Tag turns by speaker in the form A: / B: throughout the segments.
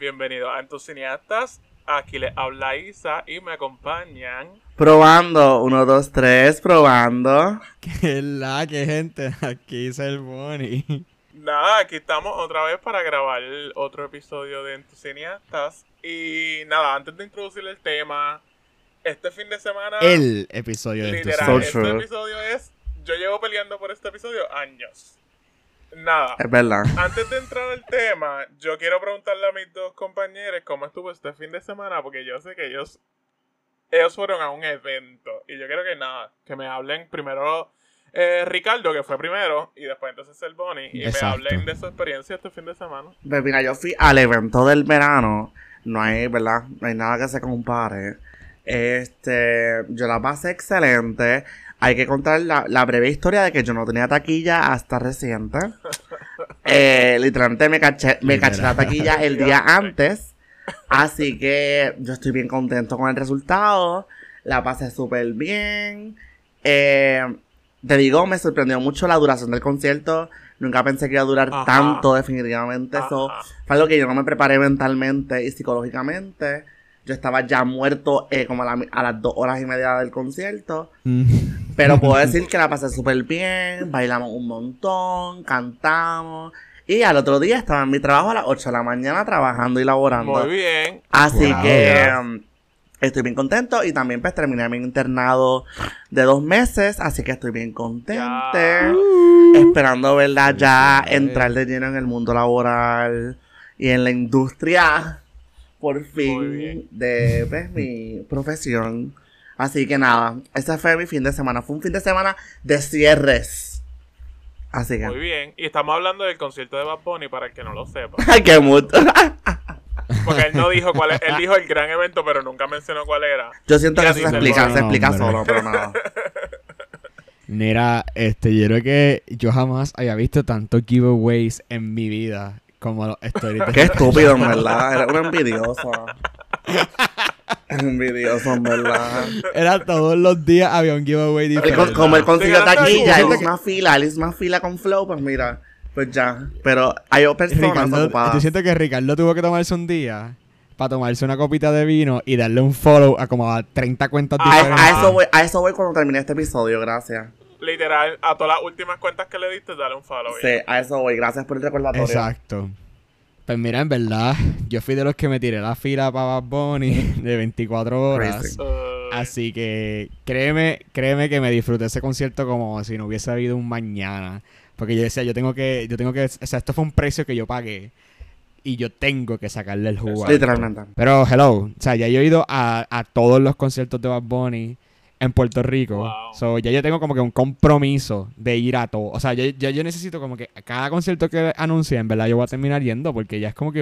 A: Bienvenidos a Entusiastas. Aquí les habla Isa y me acompañan.
B: Probando, 1, 2, 3, probando.
C: ¿Qué gente? Aquí es el Bonnie.
A: Nada, aquí estamos otra vez para grabar otro episodio de Entusiastas. Y nada, antes de introducir el tema, este fin de semana...
C: El episodio de
A: literal,
B: So
A: este
B: true.
A: episodio es... Yo llevo peleando por este episodio años. Nada.
B: Es verdad.
A: Antes de entrar al tema, yo quiero preguntarle a mis dos compañeros cómo estuvo este fin de semana, porque yo sé que ellos fueron a un evento. Y yo quiero que me hablen primero Ricardo, que fue primero, y después entonces el Bonnie, y
C: Exacto.
A: me hablen de su experiencia este fin de semana.
B: Pues mira, yo fui al evento del verano. No hay, ¿verdad? No hay nada que se compare. Yo la pasé excelente. Hay que contar la breve historia de que yo no tenía taquilla hasta reciente. Literalmente me caché la taquilla el día antes. Así que yo estoy bien contento con el resultado. La pasé súper bien. Te digo, me sorprendió mucho la duración del concierto. Nunca pensé que iba a durar
A: Ajá.
B: tanto, definitivamente. Eso
A: Ajá.
B: fue algo que yo no me preparé mentalmente y psicológicamente. Yo estaba ya muerto como a las 2 horas y media del concierto. Pero puedo decir que la pasé súper bien. Bailamos un montón, cantamos. Y al otro día estaba en mi trabajo a las 8 de la mañana trabajando y laborando.
A: Muy bien.
B: Así
C: Wow.
B: que estoy bien contento. Y también pues terminé mi internado de 2 meses. Así que estoy bien contente. Esperando, ¿verdad? Ya entrar de lleno en el mundo laboral y en la industria. Por
A: Muy
B: fin
A: bien.
B: de pues, mi profesión. Así que nada, ese fue mi fin de semana. Fue un fin de semana de cierres. Así que...
A: Muy bien. Y estamos hablando del concierto de Bad Bunny, para el que no lo sepa.
B: ¡Ay, qué mood!
A: Porque él no dijo cuál es. Él dijo el gran evento, pero nunca mencionó cuál era.
B: Yo siento que
A: Ya
B: eso se
A: dice el
B: explica,
A: Bonnie.
B: se explica
C: Hombre.
B: solo, pero nada.
C: Mira, yo creo que yo jamás había visto tantos giveaways en mi vida como los stories de
B: Qué estúpido, en verdad. Eres un envidioso. Eres envidioso, en verdad.
C: Era todos los días había un giveaway
B: Y
C: diferente.
B: como él consiguió
A: Te ganaste
B: taquilla,
A: algo.
B: él hizo más fila con Flow, pues mira, pues ya. Pero hay personas
C: Ricardo,
B: ocupadas.
C: yo siento que Ricardo tuvo que tomarse un día para tomarse una copita de vino y darle un follow a como a 30 cuentas diferentes.
B: A eso voy cuando termine este episodio, gracias.
A: Literal, a todas las últimas cuentas que le diste, dale un follow.
B: Sí, a eso voy, gracias por el recordatorio.
C: Exacto. Pues mira, en verdad, yo fui de los que me tiré la fila para Bad Bunny de 24 horas.
B: Crazy.
C: Así que créeme que me disfruté ese concierto como si no hubiese habido un mañana. Porque yo decía, yo tengo que, o sea, esto fue un precio que yo pagué y yo tengo que sacarle el jugo. a esto.
B: Literalmente.
C: Pero hello, o sea, ya yo he ido a todos los conciertos de Bad Bunny en Puerto Rico.
A: Wow.
C: So, ya yo tengo como que un compromiso de ir a todo. O sea, yo necesito como que a cada concierto que anuncie, en verdad, yo voy a terminar yendo porque ya es como que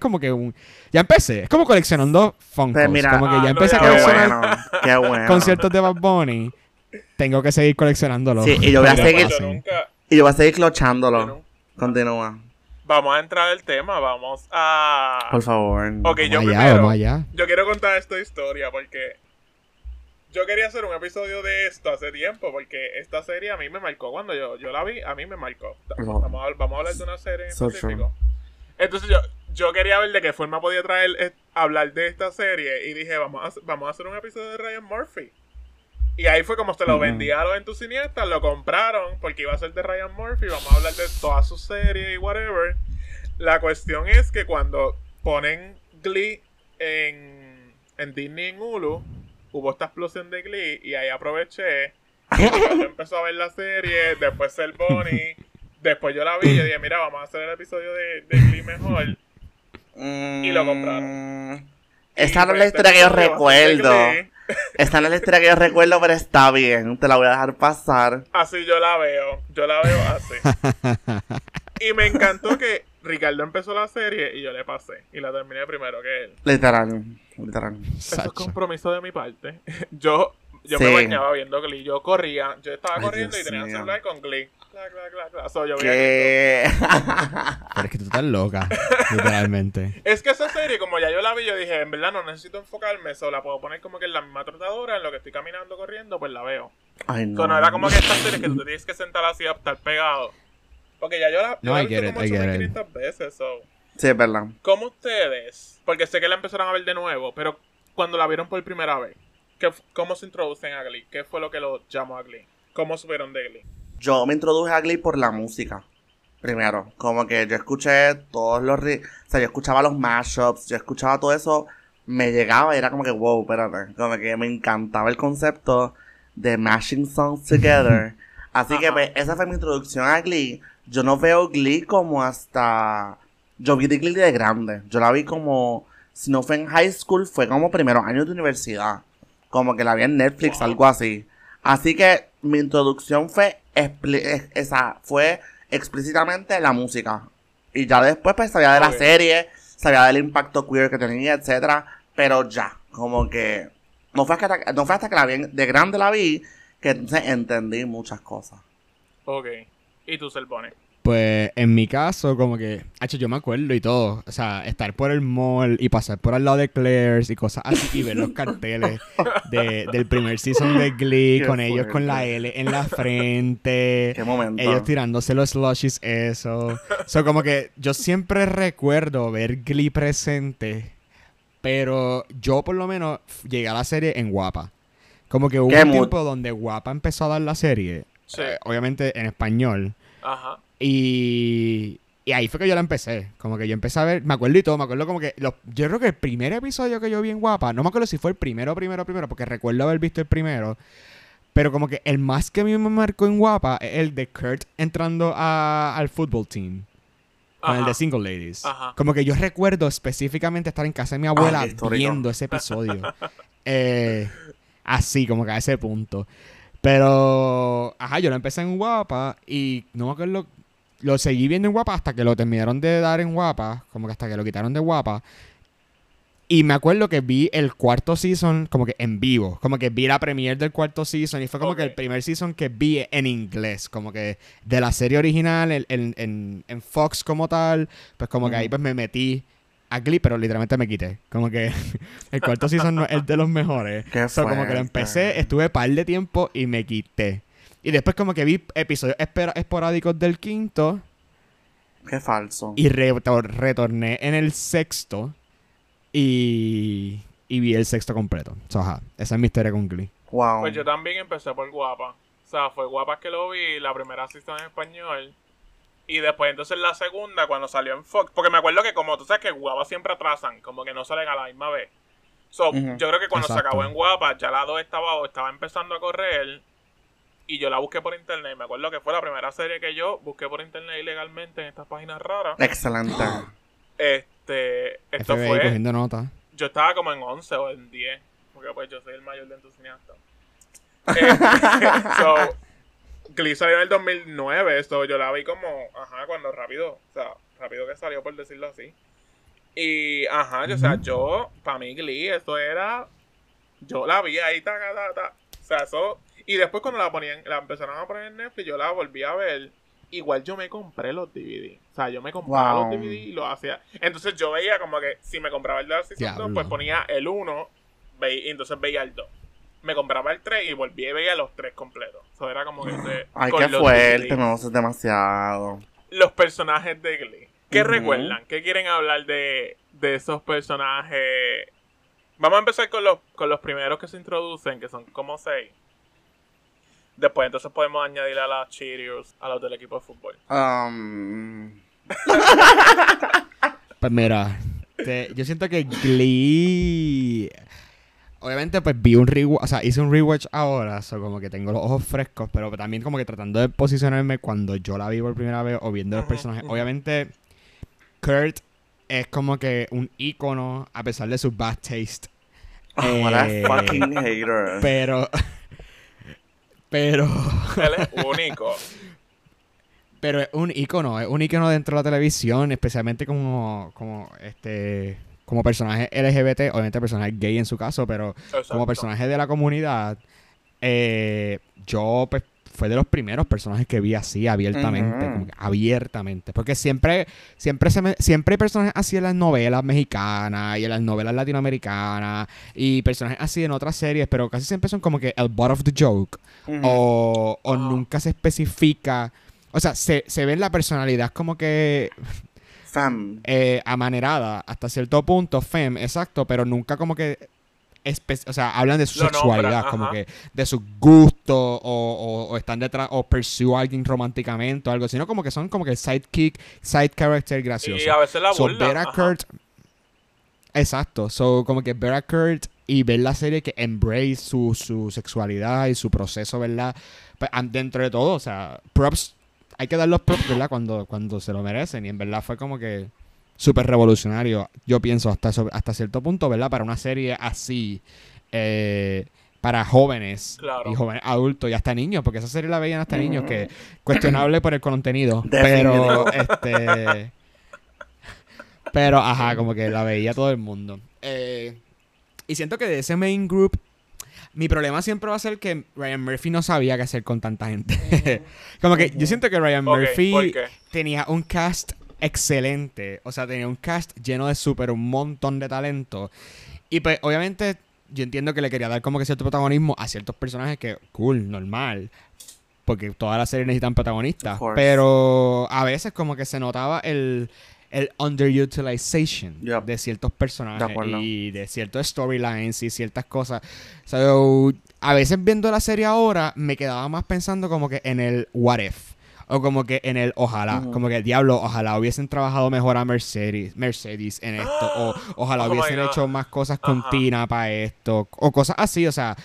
C: ya empecé. Es como coleccionando Funkos.
B: Pues mira,
C: como que ya
A: no,
C: empecé
A: ya
C: a
B: Qué
A: veo.
C: coleccionar
B: bueno, qué bueno.
C: conciertos de Bad Bunny. Tengo que seguir coleccionándolos.
B: Sí, y yo voy a
A: Mira,
B: seguir,
A: pues, yo nunca-
B: y yo voy a seguir
A: yo
B: clochándolo.
A: nunca-
B: Continúa,
A: Vamos a entrar al tema, vamos a...
B: por favor.
A: Ok, yo
C: Vamos allá,
A: primero,
C: vamos allá.
A: yo quiero contar esta historia porque yo quería hacer un episodio de esto hace tiempo porque esta serie a mí me marcó cuando yo la vi, a mí me marcó.
B: Wow.
A: Vamos a hablar de una serie en
B: So
A: específico. Entonces yo quería ver de qué forma podía traer hablar de esta serie y dije, vamos a hacer un episodio de Ryan Murphy. Y ahí fue como se lo vendí a los entusiastas, lo compraron porque iba a ser de Ryan Murphy, vamos a hablar de toda su serie y whatever. La cuestión es que cuando ponen Glee en Disney en Hulu, hubo esta explosión de Glee y ahí aproveché. Yo empezó a ver la serie, después el Bonnie, después yo la vi y yo dije, mira, vamos a hacer el episodio de Glee mejor. Y lo compraron.
B: Esa no
A: Y
B: es la
A: pues,
B: historia que yo
A: este episodio va a ser de
B: recuerdo.
A: Glee.
B: Esta no es la historia que yo recuerdo, pero está bien. Te la voy a dejar pasar.
A: Así yo la veo así. Y me encantó que Ricardo empezó la serie y yo le pasé. Y la terminé primero que él.
B: Literal.
A: Eso es
C: Sacho.
A: compromiso de mi parte. Yo
B: Sí.
A: me bañaba viendo Glee. Yo corría. Yo estaba
B: Ay,
A: corriendo
B: Dios
A: y tenía el
B: mío.
A: celular con Glee. Clac, clac, clac, clac. So, yo veía
B: ¿Qué?
C: Pero es que tú estás loca, literalmente.
A: Es que esa serie, como ya yo la vi, yo dije, en verdad no necesito enfocarme. So, la puedo poner como que en la misma trotadora, en lo que estoy caminando, corriendo, pues la veo.
B: Ay,
A: So, no era como que estas series que tú te tienes que sentar así a estar pegado. Porque ya yo la
C: No,
A: he
C: I get
A: visto
C: it,
A: como
C: I get it.
A: 8.500 veces. So.
B: Sí, es verdad.
A: ¿Cómo ustedes, porque sé que la empezaron a ver de nuevo, pero cuando la vieron por primera vez, ¿cómo se introducen a Glee? ¿Qué fue lo que lo llamó a Glee? ¿Cómo supieron de Glee?
B: Yo me introduje a Glee por la música. Primero, como que yo escuché todos los... o sea, yo escuchaba los mashups, yo escuchaba todo eso, me llegaba y era como que, wow, espérate. Como que me encantaba el concepto de mashing songs together. Así que pues, esa fue mi introducción a Glee. Yo no veo Glee como hasta... Yo vi Glee de grande. Yo la vi como... Si no fue en high school, fue como primeros años de universidad. Como que la vi en Netflix, algo así. Así que mi introducción fue explícitamente la música. Y ya después pues sabía de la serie, sabía del impacto queer que tenía, etcétera. Pero ya, como que... No fue hasta que la vi de grande la vi que entonces entendí muchas cosas.
A: Ok. ¿Y tú, Selbone?
C: Pues en mi caso, como que, yo me acuerdo y todo. O sea, estar por el mall y pasar por al lado de Claire's y cosas así y ver los carteles del primer season de Glee con ellos con la L en la frente.
B: Qué momento.
C: Ellos tirándose los slushies, eso. Como que yo siempre recuerdo ver Glee presente, pero yo por lo menos llegué a la serie en Guapa. Como que hubo un tiempo donde Guapa empezó a dar la serie,
A: sí.
C: Obviamente en español.
A: Ajá.
C: Y ahí fue que yo la empecé. Como que yo empecé a ver, me acuerdo y todo, me acuerdo como que yo creo que el primer episodio que yo vi en Guapa, no me acuerdo si fue el primero, porque recuerdo haber visto el primero, pero como que el más que a mí me marcó en Guapa es el de Kurt entrando al football team. Con el de Single Ladies. Ajá. Como que yo recuerdo específicamente estar en casa de mi abuela viendo ese episodio. Así, como que a ese punto. Pero, yo lo empecé en Guapa y no me acuerdo, lo seguí viendo en Guapa hasta que lo terminaron de dar en Guapa, como que hasta que lo quitaron de Guapa. Y me acuerdo que vi el cuarto season como que en vivo, como que vi la premiere del cuarto season y fue como que el primer season que vi en inglés, como que de la serie original en Fox como tal, pues como que ahí pues me metí a Glee, pero literalmente me quité. Como que el cuarto season no es de los mejores. Como que lo empecé, estuve par de tiempo y me quité. Y después como que vi episodios esporádicos del quinto.
B: Qué falso.
C: Y retorné en el sexto y vi el sexto completo. Esa es mi historia con Glee.
B: Wow.
A: Pues yo también empecé por Guapa. O sea, fue Guapa que lo vi, la primera season en español. Y después entonces la segunda cuando salió en Fox. Porque me acuerdo que como tú sabes que Guapa siempre atrasan. Como que no salen a la misma vez. Yo creo que cuando se acabó en Guapa ya la 2 estaba empezando a correr. Y yo la busqué por internet. Me acuerdo que fue la primera serie que yo busqué por internet ilegalmente en estas páginas raras.
B: Excelente.
C: Esto fue cogiendo nota.
A: Yo estaba como en 11 o en 10. Porque pues yo soy el mayor de tus cineastas. Glee salió en el 2009, esto yo la vi como, cuando rápido que salió, por decirlo así. Y, yo, para mí Glee, eso era, yo la vi ahí, o sea, eso, y después cuando la empezaron a poner en Netflix, yo la volví a ver, igual yo me compré los DVD, o sea, yo me compraba los DVD y lo hacía, entonces yo veía como que, si me compraba el de la Season 2, pues ponía el 1, y entonces veía el 2. Me compraba el 3 y volví y veía los 3 completos. Eso era como que
B: ay, qué fuerte, no, eso es demasiado.
A: Los personajes de Glee. ¿Qué recuerdan? ¿Qué quieren hablar de esos personajes? Vamos a empezar con los primeros que se introducen, que son como 6. Después entonces podemos añadir a las Cheerios, a los del equipo de fútbol.
C: Pues mira, yo siento que Glee... Obviamente, pues vi hice un rewatch ahora, como que tengo los ojos frescos, pero también como que tratando de posicionarme cuando yo la vi por primera vez o viendo los personajes. Obviamente, Kurt es como que un ícono a pesar de su bad taste.
B: What a fucking hater.
C: Pero...
A: Él es único.
C: Pero es un ícono dentro de la televisión, especialmente como personaje LGBT, obviamente personaje gay en su caso, pero como personaje de la comunidad, yo pues fue de los primeros personajes que vi así abiertamente, como que abiertamente, porque siempre hay personajes así en las novelas mexicanas y en las novelas latinoamericanas y personajes así en otras series, pero casi siempre son como que el butt of the joke o nunca se especifica, o sea, se ve en la personalidad como que
B: Femme.
C: Amanerada, hasta cierto punto, femme, exacto, pero nunca como que o sea, hablan de su
A: Lo
C: sexualidad,
A: nombran,
C: como
A: ajá.
C: que de sus gustos o están detrás o pursue a alguien románticamente o algo, sino como que son como que sidekick, side character gracioso.
A: Y a veces la
C: So,
A: burlan.
C: ver a
A: ajá.
C: Kurt, exacto, so como que ver a Kurt y ver la serie que embrace su sexualidad y su proceso, ¿verdad? Pues, dentro de todo, o sea, props, hay que dar los props, ¿verdad? Cuando se lo merecen, y en verdad fue como que súper revolucionario, yo pienso, hasta cierto punto, ¿verdad? Para una serie así, para jóvenes
A: Claro.
C: y jóvenes adultos y hasta niños, porque esa serie la veían hasta niños, que
B: Ujú.
C: cuestionable por el contenido,
B: Definitivo.
C: pero pero ajá, como que la veía todo el mundo. Y siento que de ese main group, mi problema siempre va a ser que Ryan Murphy no sabía qué hacer con tanta gente. Como que yo siento que Ryan
A: Ok,
C: Murphy
A: ¿por qué?
C: tenía un cast excelente. O sea, tenía un cast lleno de súper un montón de talento. Y pues, obviamente, yo entiendo que le quería dar como que cierto protagonismo a ciertos personajes que, cool, normal. Porque todas las series necesitan protagonistas.
B: Of course.
C: Pero a veces como que se notaba el underutilization
B: Yep.
C: de ciertos
B: De
C: personajes
B: acuerdo.
C: y de ciertos storylines y ciertas cosas. So, a veces viendo la serie ahora me quedaba más pensando como que en el what if. O como que en el ojalá.
B: Ujú.
C: Como que diablo, ojalá hubiesen trabajado mejor a Mercedes en esto. O ojalá
A: Oh my
C: hubiesen
A: God.
C: hecho más cosas con
A: Ajá.
C: Tina para esto. O cosas así, o sea.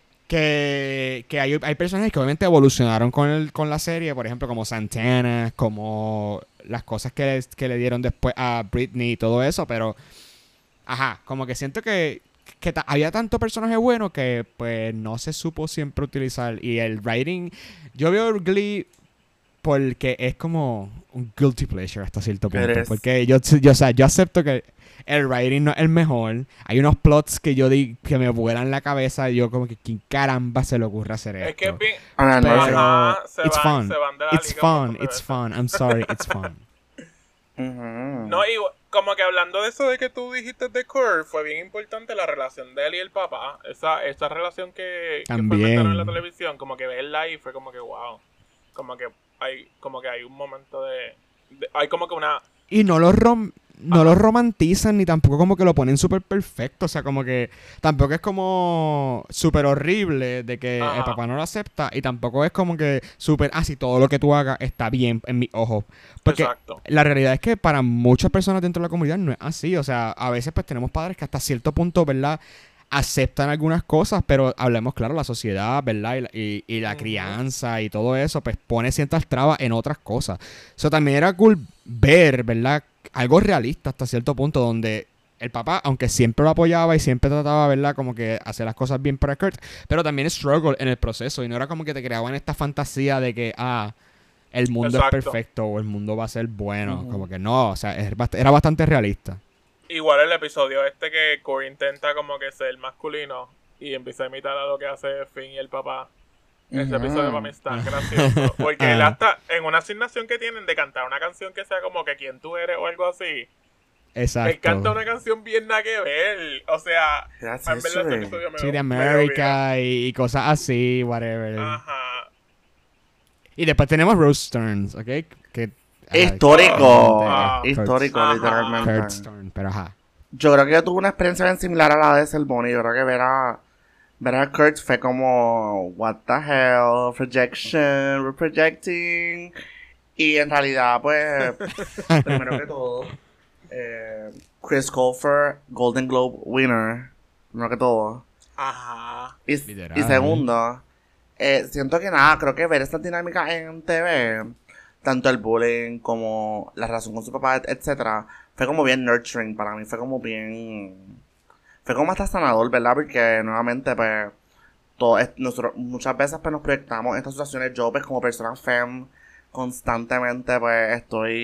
C: Que hay personajes que obviamente evolucionaron con la serie, por ejemplo, como Santana, como las cosas que le dieron después a Britney y todo eso, pero ajá, como que siento que había tanto personaje bueno que pues no se supo siempre utilizar. Y el writing, yo veo Glee porque es como un guilty pleasure hasta cierto punto.
B: Eres.
C: Porque o sea, yo acepto que el writing no es el mejor. Hay unos plots que que me vuelan la cabeza y yo como que ¿quién caramba se le ocurre hacer esto?
A: Es que es bien.
B: Ahora no
C: Pero
A: Ajá,
C: it's fun.
A: se van de la
C: It's
A: liga un
C: fun.
A: montón de
C: It's
A: veces.
C: fun. I'm sorry, it's fun.
B: Ujú.
A: No, y como que hablando de eso de que tú dijiste de Kurt, fue bien importante la relación de él y el papá. Esa relación que
C: También.
A: fomentaron en la televisión, como que verla ahí fue como que wow. Como que hay un momento hay como que una.
C: Y no lo romantizan ni tampoco como que lo ponen súper perfecto. O sea, como que tampoco es como súper horrible de que
A: Ajá.
C: el papá no lo acepta. Y tampoco es como que súper, si todo lo que tú hagas está bien en mis ojos. Porque
A: Exacto.
C: la realidad es que para muchas personas dentro de la comunidad no es así. O sea, a veces pues tenemos padres que hasta cierto punto, ¿verdad? Aceptan algunas cosas, pero hablemos claro, la sociedad, ¿verdad? Y la
A: Ujú.
C: crianza y todo eso, pues pone ciertas trabas en otras cosas. Eso también era cool ver, ¿verdad? Algo realista hasta cierto punto, donde el papá, aunque siempre lo apoyaba y siempre trataba, ¿verdad? Como que hacer las cosas bien para Kurt, pero también struggle en el proceso y no era como que te creaban esta fantasía de que, el mundo
A: Exacto.
C: es perfecto o el mundo va a ser bueno.
B: Ujú.
C: Como que no, o sea, era bastante realista.
A: Igual el episodio que Corey intenta como que ser masculino y empieza a imitar a lo que hace Finn y el papá. Ese
B: Ujú.
A: episodio para mí es tan gracioso. Porque él hasta en una asignación que tienen de cantar una canción que sea como que quién tú eres o algo así.
C: Exacto.
A: Él canta una canción bien nada que ver. O sea,
B: That's
A: en verdad ese
B: history.
A: episodio me
C: Sí, de
A: dio
C: America y cosas así, whatever.
A: vida. Ajá.
C: Y después tenemos Rose Stearns, ¿ok?
B: Histórico.
A: Ah.
B: Histórico,
A: Ajá.
B: literalmente.
C: Kurt Stern, pero ajá.
B: Yo creo que yo tuve una experiencia bien similar a la de Selboni. Yo creo que ver a Kurt fue como, what the hell, projection, we're projecting. Y en realidad, pues, primero que todo, Chris Colfer, Golden Globe winner, primero que todo.
A: Ajá.
B: Y
C: Literal.
B: segundo, siento que nada, creo que ver esta dinámica en TV, tanto el bullying como la relación con su papá, etcétera, fue como bien nurturing para mí, fue como hasta sanador, ¿verdad? Porque nuevamente, pues, nosotros muchas veces pues nos proyectamos en estas situaciones. Yo, pues, como persona femme, constantemente, pues,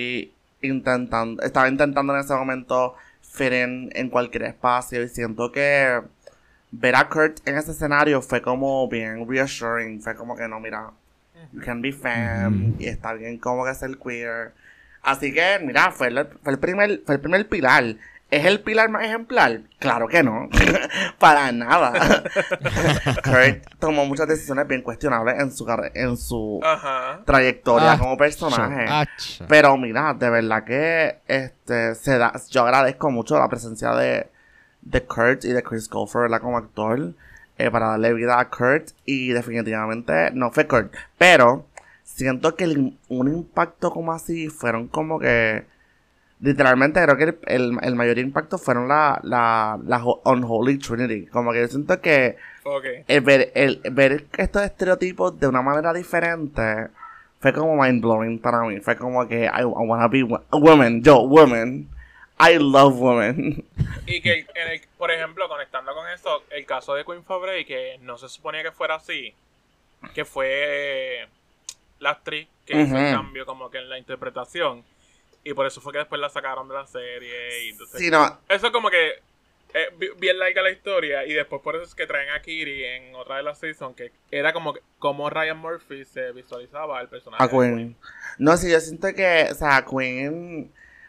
B: estaba intentando en ese momento fit en cualquier espacio, y siento que ver a Kurt en ese escenario fue como bien reassuring. Fue como que no, mira, you can be femme, y está bien como que ser queer. Así que, mira, fue el primer pilar. ¿Es el pilar más ejemplar? Claro que no. Para nada. Kurt tomó muchas decisiones bien cuestionables en su trayectoria como personaje. Pero mira, de verdad que yo agradezco mucho la presencia de Kurt y de Chris Colfer, ¿verdad? Como actor, para darle vida a Kurt. Y definitivamente no fue Kurt. Pero siento que un impacto como así fueron como que... Literalmente creo que el mayor impacto fueron la Unholy Trinity. Como que yo siento que ver estos estereotipos de una manera diferente fue como mind blowing para mí. Fue como que I wanna be a woman. Woman. I love women.
A: Y que, por ejemplo, conectando con eso, el caso de Queen Fabre, que no se suponía que fuera así, que fue la actriz que hizo el cambio como que en la interpretación. Y por eso fue que después la sacaron de la serie. Y entonces,
B: sí, no.
A: Eso es como que bien larga la historia. Y después por eso es que traen a Kiri en otra de las seasons. Que era como Ryan Murphy se visualizaba el personaje.
B: A Queen. No, sí, yo siento que, o sea, Queen...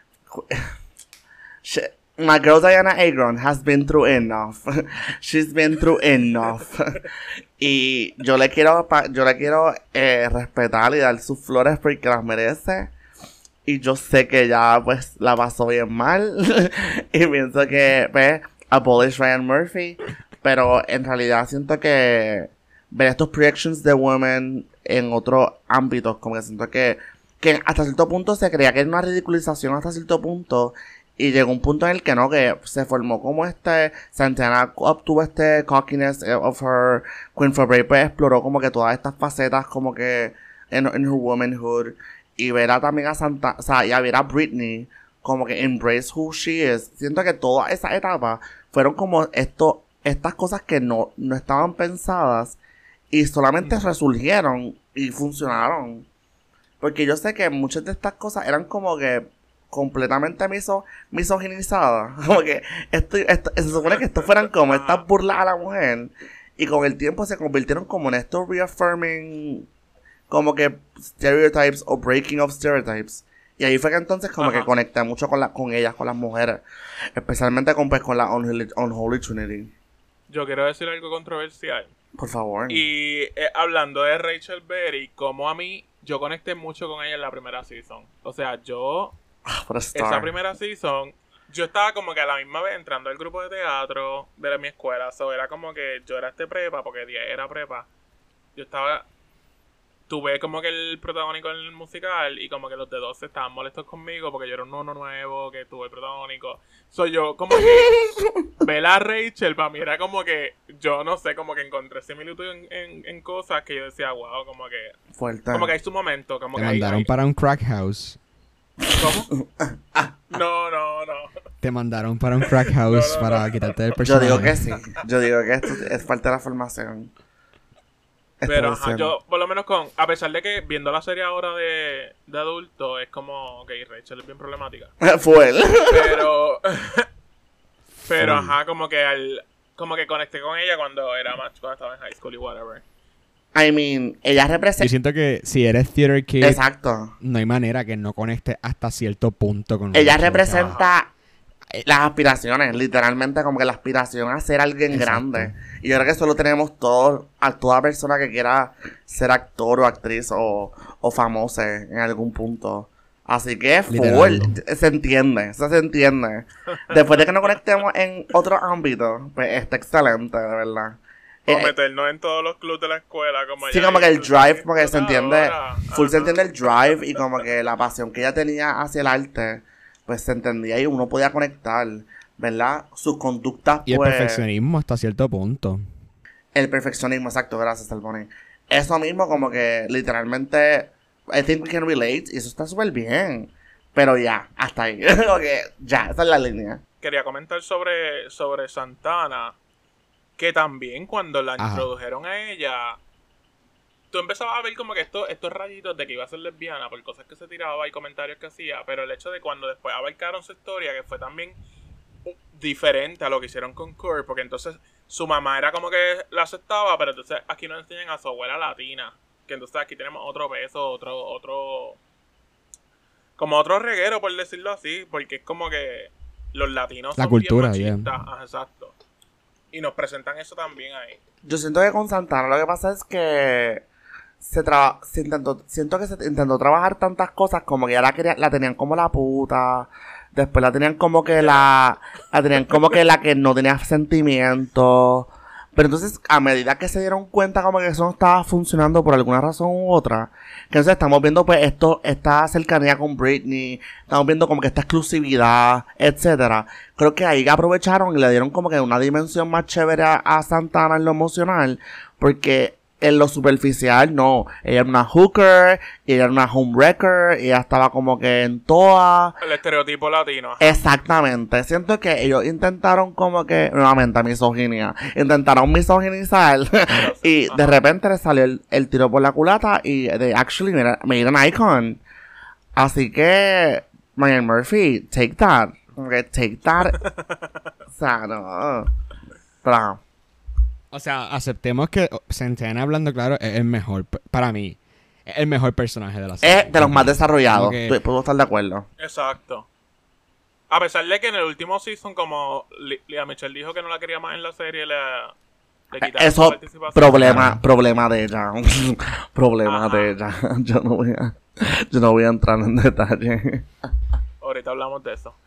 B: My girl Diana Agron has been through enough. She's been through enough. Y yo le quiero respetar y dar sus flores porque las merece. Y yo sé que ella, pues, la pasó bien mal. Y pienso que, pues, abolish Ryan Murphy. Pero en realidad siento que ver estos projections de women en otros ámbitos, como que siento que hasta cierto punto se creía que era una ridiculización hasta cierto punto. Y llegó un punto en el que no, que se formó como Santana obtuvo cockiness of her. Queen Fabre, pues, exploró como que todas estas facetas como que en her womanhood. Y ver a también y a ver a Britney como que embrace who she is. Siento que toda esa etapa fueron como estas cosas que no estaban pensadas y solamente resurgieron y funcionaron. Porque yo sé que muchas de estas cosas eran como que completamente misoginizadas. Como que se supone que esto fueran como estas burlas a la mujer. Y con el tiempo se convirtieron como en estos reaffirming... como que stereotypes o breaking of stereotypes. Y ahí fue que entonces como que conecté mucho con ellas, con las mujeres. Especialmente con la Unholy Trinity.
A: Yo quiero decir algo controversial.
B: Por favor.
A: Y hablando de Rachel Berry, como a mí, yo conecté mucho con ella en la primera season. O sea, esa primera season, yo estaba como que a la misma vez entrando al grupo de teatro de mi escuela. So, era como que yo era prepa, porque Díaz era prepa. Tuve como que el protagónico en el musical y como que los de 12 estaban molestos conmigo porque yo era un nono nuevo que tuve el protagónico. Soy yo como que ver a Rachel para mí era como que yo no sé, como que encontré similitud en cosas que yo decía, wow, como que
B: fuerte.
A: Como que hay su momento, como
C: te
A: que
C: mandaron para un crack house.
A: ¿Cómo? No.
C: Te mandaron para un crack house para quitarte el personaje.
B: Yo digo que sí. Yo digo que esto es falta de la formación.
A: Pero yo, por lo menos a pesar de que viendo la serie ahora de adulto, es como, ok, Rachel es bien problemática.
B: Fue él.
A: Pero como que conecté con ella cuando estaba en high school y whatever.
B: I mean, ella representa...
C: Yo siento que si eres theater kid,
B: exacto,
C: no hay manera que no conecte hasta cierto punto con
B: ella representa las aspiraciones, literalmente como que la aspiración a ser alguien
C: exacto.
B: grande. Y yo creo que eso lo tenemos todos, a toda persona que quiera ser actor o actriz o famosa en algún punto. Así que full, se entiende. Después de que nos conectemos en otro ámbito, pues está excelente, de verdad.
A: O meternos en todos los clubs de la escuela, como
B: sí, como que el drive, como que se entiende, se entiende el drive y como que la pasión que ella tenía hacia el arte, pues se entendía y uno podía conectar, ¿verdad? Sus conductas,
C: y
B: pues...
C: el perfeccionismo hasta cierto punto.
B: El perfeccionismo, exacto, gracias, Salvoni. Eso mismo como que, literalmente, I think we can relate, y eso está súper bien. Pero ya, hasta ahí. Okay, ya, esa es la línea.
A: Quería comentar sobre Santana, que también cuando la introdujeron a ella, tú empezabas a ver como que estos rayitos de que iba a ser lesbiana por cosas que se tiraba y comentarios que hacía, pero el hecho de cuando después abarcaron su historia, que fue también diferente a lo que hicieron con Kurt, porque entonces su mamá era como que la aceptaba, pero entonces aquí nos enseñan a su abuela latina, que entonces aquí tenemos otro peso, otro como otro reguero, por decirlo así, porque es como que los latinos
C: La
A: son
C: cultura,
A: bien machistas. Ajá, exacto. Y nos presentan eso también ahí.
B: Yo siento que con Santana lo que pasa es que siento que se intentó trabajar tantas cosas como que ya la tenían como la puta. Después la tenían como que la tenían como que la que no tenía sentimientos. Pero entonces, a medida que se dieron cuenta como que eso no estaba funcionando por alguna razón u otra, que entonces estamos viendo pues esta cercanía con Britney, estamos viendo como que esta exclusividad, etcétera. Creo que ahí aprovecharon y le dieron como que una dimensión más chévere a Santana en lo emocional, porque en lo superficial, no. Ella era una hooker, ella era una homewrecker, ella estaba como que en toa.
A: El estereotipo latino. Ajá.
B: Exactamente. Siento que ellos intentaron como que, nuevamente, misoginia. Intentaron misoginizar y de repente le salió el tiro por la culata y they actually made an icon. Así que, Ryan Murphy, take that. Como que take that. O sea, no. Pero,
C: O sea, aceptemos que Santana, hablando claro, es el mejor, para mí, es el mejor personaje de la serie.
B: es de los más desarrollados.
C: Que...
B: Puedo estar de acuerdo.
A: Exacto. A pesar de que en el último season, como Lea Michelle dijo que no la quería más en la serie, le quitaron su
B: Eso,
A: participación.
B: problema de ella. Problema de ella. Yo no voy a entrar en detalle.
A: Ahorita hablamos de eso.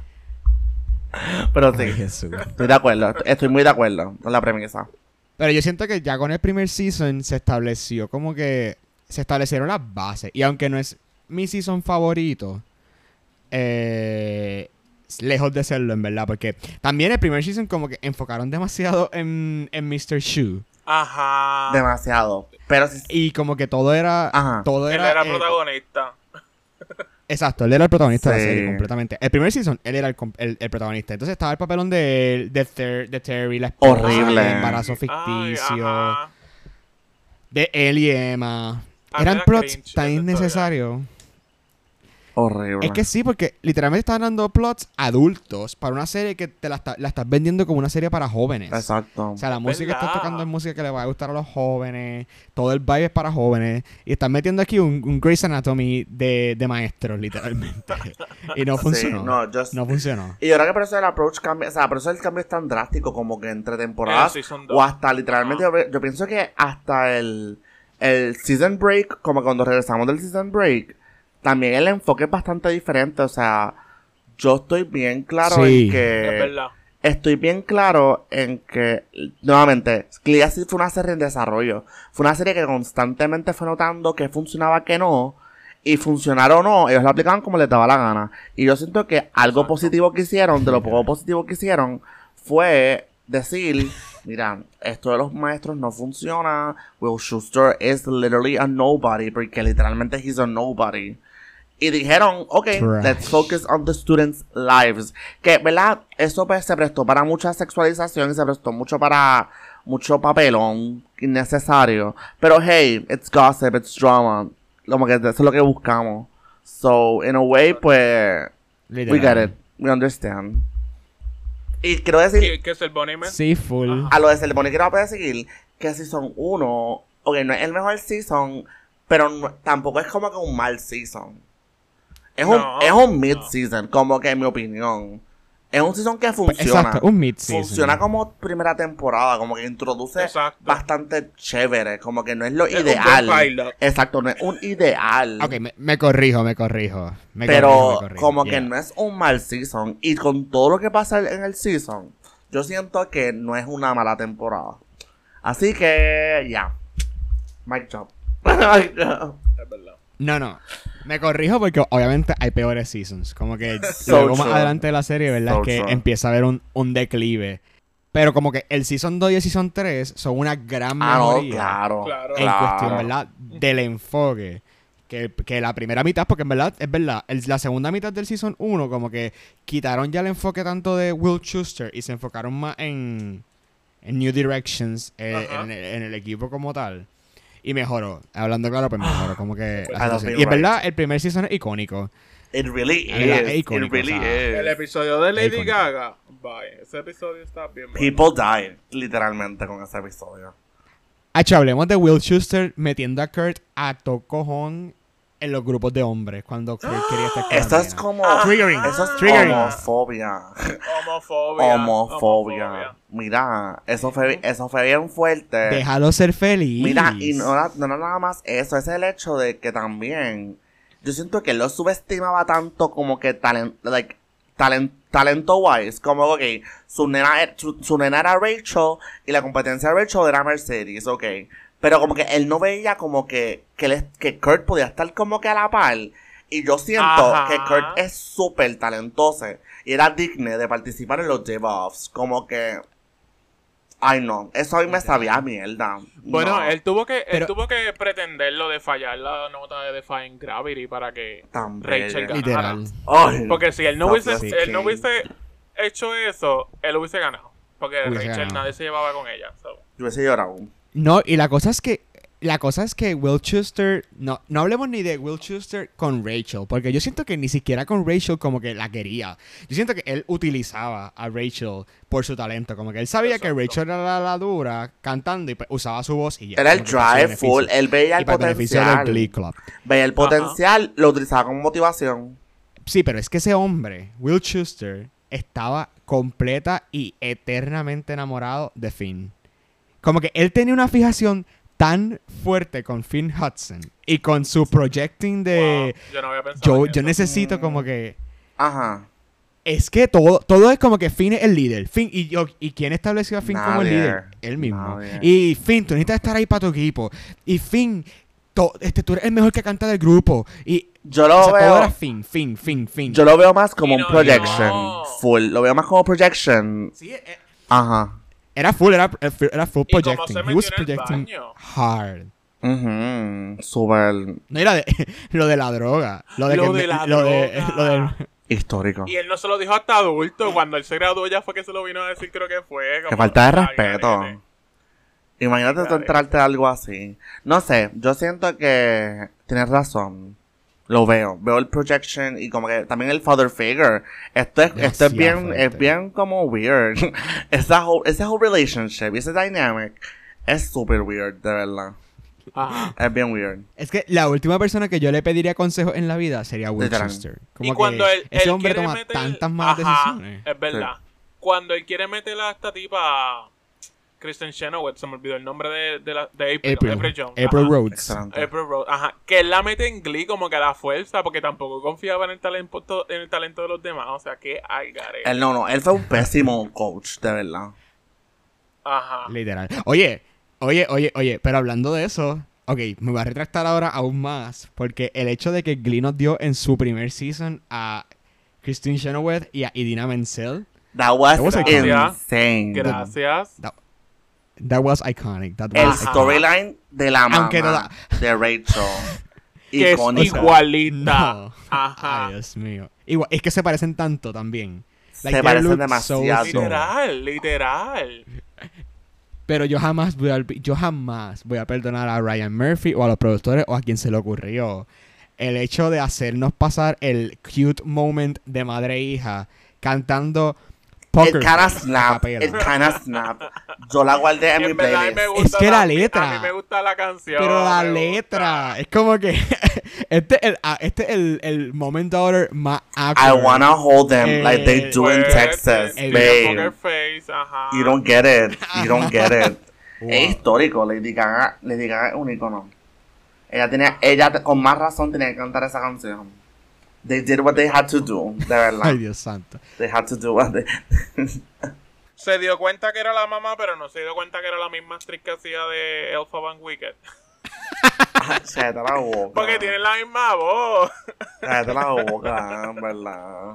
B: Pero sí,
C: Ay, Jesús.
B: estoy de acuerdo. Estoy muy de acuerdo con la premisa.
C: Pero yo siento que ya con el primer season se estableció como que... Se establecieron las bases. Y aunque no es mi season favorito, lejos de serlo, en verdad. Porque también el primer season como que enfocaron demasiado en Mr. Shu.
A: Ajá.
B: Demasiado. Pero sí,
C: Y como que todo era...
B: Ajá.
C: Todo
A: Él
C: era,
A: era protagonista.
C: Exacto, él era el protagonista de la
B: Sí.
C: serie completamente. El primer season, él era el protagonista. Entonces estaba el papelón de Terry, la esposa,
B: Horrible.
C: el embarazo
A: Ay,
C: ficticio,
A: ajá.
C: de él y Emma.
A: A mí
C: Eran
A: me da
C: plots
A: cringe
C: tan
A: esa
C: innecesarios.
B: horrible.
C: Es que sí, porque literalmente están dando plots adultos para una serie que te la estás vendiendo como una serie para jóvenes.
B: Exacto.
C: O sea, la música que estás
A: verdad.
C: tocando es música que le va a gustar a los jóvenes. Todo el vibe es para jóvenes. Y están metiendo aquí un Grey's Anatomy de maestros, literalmente. Y no funcionó.
B: Sí,
C: No funcionó.
B: Y yo creo que por eso el approach cambia, o sea, por eso el cambio es tan drástico como que entre temporadas
A: Sí, son dos.
B: o hasta literalmente, yo pienso que hasta el season break, como cuando regresamos del season break, también el enfoque es bastante diferente, o sea, yo estoy bien claro
C: Sí.
B: en que...
A: Es verdad.
B: Estoy bien claro en que, nuevamente, Glee sí fue una serie en desarrollo. Fue una serie que constantemente fue notando que funcionaba, que no. Y funcionar o no, ellos lo aplicaban como les daba la gana. Y yo siento que algo
A: Exacto.
B: positivo que hicieron, de lo poco positivo que hicieron, fue decir, mira, esto de los maestros no funciona. Will Schuester is literally a nobody, porque literalmente he's a nobody. Y dijeron, ok,
C: Trash.
B: let's focus on the students' lives. Que, ¿verdad? Eso pues se prestó para mucha sexualización y se prestó mucho para mucho papelón innecesario. Pero hey, it's gossip, it's drama. Como que eso es lo que buscamos. So, in a way, pues, we get it. We understand. Y quiero decir,
A: Que es el Bonnie Man.
C: Sí, full.
A: Ajá.
B: a lo de Celeboni quiero seguir que Season 1, ok, no es el mejor season, pero tampoco es como que un mal season. Es
A: No,
B: un mid-season, como que en mi opinión. Es un season que funciona.
C: Exacto, un mid-season.
B: Funciona como primera temporada, como que introduce
A: Exacto.
B: bastante chévere, como que no es lo
A: Es un
B: ideal.
A: buen pilot.
B: Exacto, no es un ideal.
C: Ok, me corrijo.
B: Pero
C: corrijo,
B: como
C: yeah.
B: que no es un mal season. Y con todo lo que pasa en el season, yo siento que no es una mala temporada. Así que, ya. Mic drop. Mic drop.
A: Es verdad.
C: No. Me corrijo porque obviamente hay peores seasons. Como que
B: So
C: luego más
B: true.
C: adelante de la serie, ¿verdad?
B: So
C: Es que
B: true.
C: empieza a haber un declive. Pero como que el Season 2 y el Season 3 son una gran
B: Ah, no,
C: mejoría
B: claro.
A: Claro.
C: en cuestión, ¿verdad? Del enfoque. Que la primera mitad, porque en verdad, es verdad, la segunda mitad del Season 1 como que quitaron ya el enfoque tanto de Will Schuester y se enfocaron más en New Directions,
A: Ajá.
C: en el equipo como tal. Y mejoró. Hablando claro, pues mejoró como que la
B: I don't
C: situación.
B: feel
C: Y en
B: right.
C: verdad, el primer season es icónico.
B: It really
C: La verdad, es
B: is.
C: icónico,
B: It really
C: o sea,
A: El
B: is.
A: episodio de Lady
C: icónico.
A: Gaga. Bye. Ese episodio está bien bueno.
B: People died, literalmente, con ese episodio.
C: Hacho, hablemos de Will Schuester metiendo a Kurt a tocojón en los grupos de hombres cuando Kurt quería estar con
B: Eso
C: la
B: es
C: nena.
B: como...
C: Triggering.
B: Eso es
C: Triggering.
B: homofobia. Homofobia. Mira, eso fue bien fuerte.
C: Déjalo ser feliz.
B: Mira, y no nada más eso, es el hecho de que también yo siento que él lo subestimaba tanto como que talento wise, como ok, su nena era Rachel y la competencia de Rachel era Mercedes, ok, pero como que él no veía como que Kurt podía estar como que a la par, y yo siento que Kurt es súper talentoso y era digno de participar en los debuffs, como que ay no, eso a mí me sabía a mierda.
A: Bueno,
B: No.
A: él tuvo que pretenderlo de fallar la nota de Defying Gravity para que
B: Tan
A: Rachel
B: bella.
A: ganara.
C: Literal.
B: Ay,
A: Porque si él no hubiese hecho eso, él hubiese ganado. Porque
C: Hubiese
A: Rachel
C: ganado.
A: nadie se llevaba con ella. So.
B: yo hubiese llorado.
C: No, y la cosa es que Will Schuester, no hablemos ni de Will Schuester con Rachel, porque yo siento que ni siquiera con Rachel como que la quería. Yo siento que él utilizaba a Rachel por su talento, como que él sabía que Rachel era la dura cantando y pues, usaba su voz y ya.
B: Era el
C: como que para su
B: drive full,
C: beneficio.
B: él veía
C: Y
B: el
C: para el beneficio del
B: potencial.
C: Glee Club.
B: Veía el potencial, lo utilizaba como motivación.
C: Sí, pero es que ese hombre, Will Schuester, estaba completa y eternamente enamorado de Finn. Como que él tenía una fijación tan fuerte con Finn Hudson y con su projecting de
A: Wow, yo no había pensado en
C: yo
A: eso.
C: necesito como que
B: Ajá.
C: es que todo es como que Finn es el líder. Finn y quién estableció a Finn como el
B: Nadie.
C: líder, él mismo.
B: Nadie.
C: Y Finn, tú necesitas estar ahí para tu equipo. Y Finn, tú eres el mejor que canta del grupo. Y
B: Yo lo
C: o sea, todo
B: veo.
C: era Finn.
B: Yo lo veo más como
A: Y
B: un
A: no,
B: projection.
A: no.
B: Full. Lo veo más como projection.
C: Sí,
B: Ajá.
C: era full
A: ¿Y cómo
C: projecting.
A: se
C: He was
A: metió en el
C: projecting
A: baño?
C: hard.
B: Súper
C: No, y lo de la droga. Lo de
B: histórico.
A: Y él no se lo dijo hasta adulto. Cuando él se graduó ya fue que se lo vino a decir, creo que fue.
B: Que
A: como,
B: falta de
A: "Ay,
B: respeto.
A: garete".
B: Imagínate tú
A: Garete.
B: entrarte a algo así. No sé, yo siento que tienes razón. Lo veo. Veo el projection y como que también el father figure. Esto es
C: Demasiado
B: bien,
C: fuerte.
B: es bien como weird. ese whole relationship, ese dynamic es super weird, de verdad.
A: Ajá.
B: Es bien weird.
C: Es que la última persona que yo le pediría consejo en la vida sería Will
B: Literal.
C: Schuester.
A: Y
C: Como
A: cuando
C: que
A: él
C: ese hombre
A: quiere
C: toma
A: meter...
C: tantas malas decisiones.
A: Es verdad. Cuando él quiere meter a esta tipa... Kristen Chenoweth, se me olvidó el nombre de April Jones.
C: April
A: Ajá.
C: Rhodes.
B: Excelente.
A: April Rose, ajá, que él la mete en Glee como que a la fuerza, porque tampoco confiaba en el talento de los demás, o sea, que ay, garete.
B: Él fue un pésimo coach, de verdad.
A: Ajá.
C: Literal. Oye, pero hablando de eso, ok, me voy a retractar ahora aún más, porque el hecho de que Glee nos dio en su primer season a Kristen Chenoweth y a Idina Menzel,
B: That was
A: Gracias.
B: insane.
A: Gracias.
C: that was iconic.
B: El
A: Ajá.
B: storyline de la mamá
C: Aunque toda-
B: de Rachel.
A: Que es
B: Icónico.
A: igualita.
C: No.
A: Ajá.
C: Ay, Dios mío. Igual, es que se parecen tanto también.
B: Se
C: they
B: parecen
C: look
B: demasiado.
A: Literal.
C: Pero yo jamás voy a perdonar a Ryan Murphy o a los productores o a quien se le ocurrió el hecho de hacernos pasar el cute moment de madre e hija cantando Poker
B: El cara
C: Face a
B: snap.
C: capela.
B: El cara snap. Yo la guardé en
A: Y
B: mi
A: en verdad a mí me
B: playlist.
A: gusta
C: Es que la
A: también,
C: letra.
A: A mí me gusta la canción.
C: Pero la
A: me gusta.
C: letra es como que este es el moment daughter más
B: I
C: awkward.
B: wanna hold them like they do in
A: Pues,
B: Texas,
C: el
A: Poker
B: babe.
A: Face, ajá.
B: You don't get it. You don't get it.
C: Wow.
B: Es histórico. Lady Gaga es un icono. Ella con más razón tenía que cantar esa canción. They did what they had to do. De verdad.
C: Ay, Dios santo.
B: They had to do what they...
A: Se dio cuenta que era la mamá, pero no se dio cuenta que era la misma actriz que hacía de Elfa Van Wicked.
B: Cállate la boca.
A: Porque tiene la misma voz.
B: Cállate la boca, en verdad.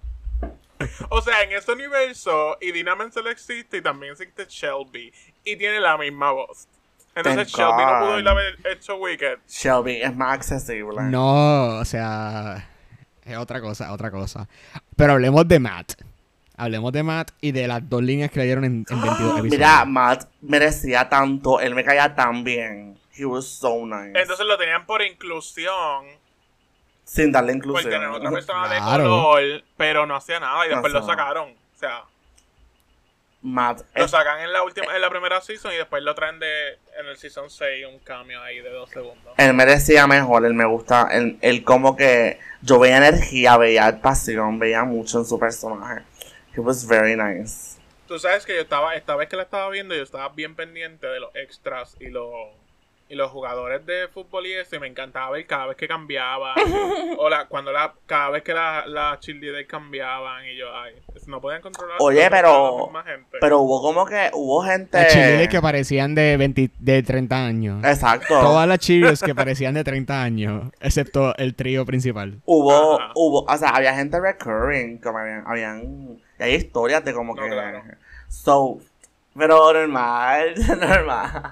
A: O sea, en este universo, Idina Menzel existe y también existe Shelby. Y tiene la misma voz. Entonces
B: Thank
A: Shelby no
B: God.
A: pudo ir a haber hecho Wicked.
B: Shelby es más accesible.
C: No, o sea, es otra cosa. Pero hablemos de Matt. Hablemos de Matt y de las dos líneas que le dieron en 22 episodios.
B: Mira, Matt merecía tanto. Él me caía tan bien. He was so nice.
A: Entonces lo tenían por inclusión.
B: Sin darle
A: Porque
B: inclusión.
A: era otra persona
C: Claro.
A: de color, pero no hacía nada y después
B: No
A: lo
B: hacía nada.
A: sacaron. O sea,
B: Matt
A: Lo sacan en la primera season y después lo traen en el season 6 un cameo ahí de 2 segundos.
B: él merecía mejor, él me gusta, él como que yo veía energía, veía pasión, veía mucho en su personaje. He was very nice.
A: Tú sabes que esta vez que la estaba viendo, yo estaba bien pendiente de los extras y los jugadores de fútbol y eso, y me encantaba ver cada vez que cambiaban, cada vez que la cheerleader cambiaban, y yo, ay, no podían controlar.
B: Oye,
A: la
B: pero
A: misma gente.
B: hubo gente...
C: Las cheerleaders que parecían de 30 años.
B: Exacto.
C: Todas las cheerleaders que parecían de 30 años, excepto el trío principal.
B: O sea, había gente recurring, como y hay historias de como
A: No,
B: que...
A: claro.
B: Pero normal, normal.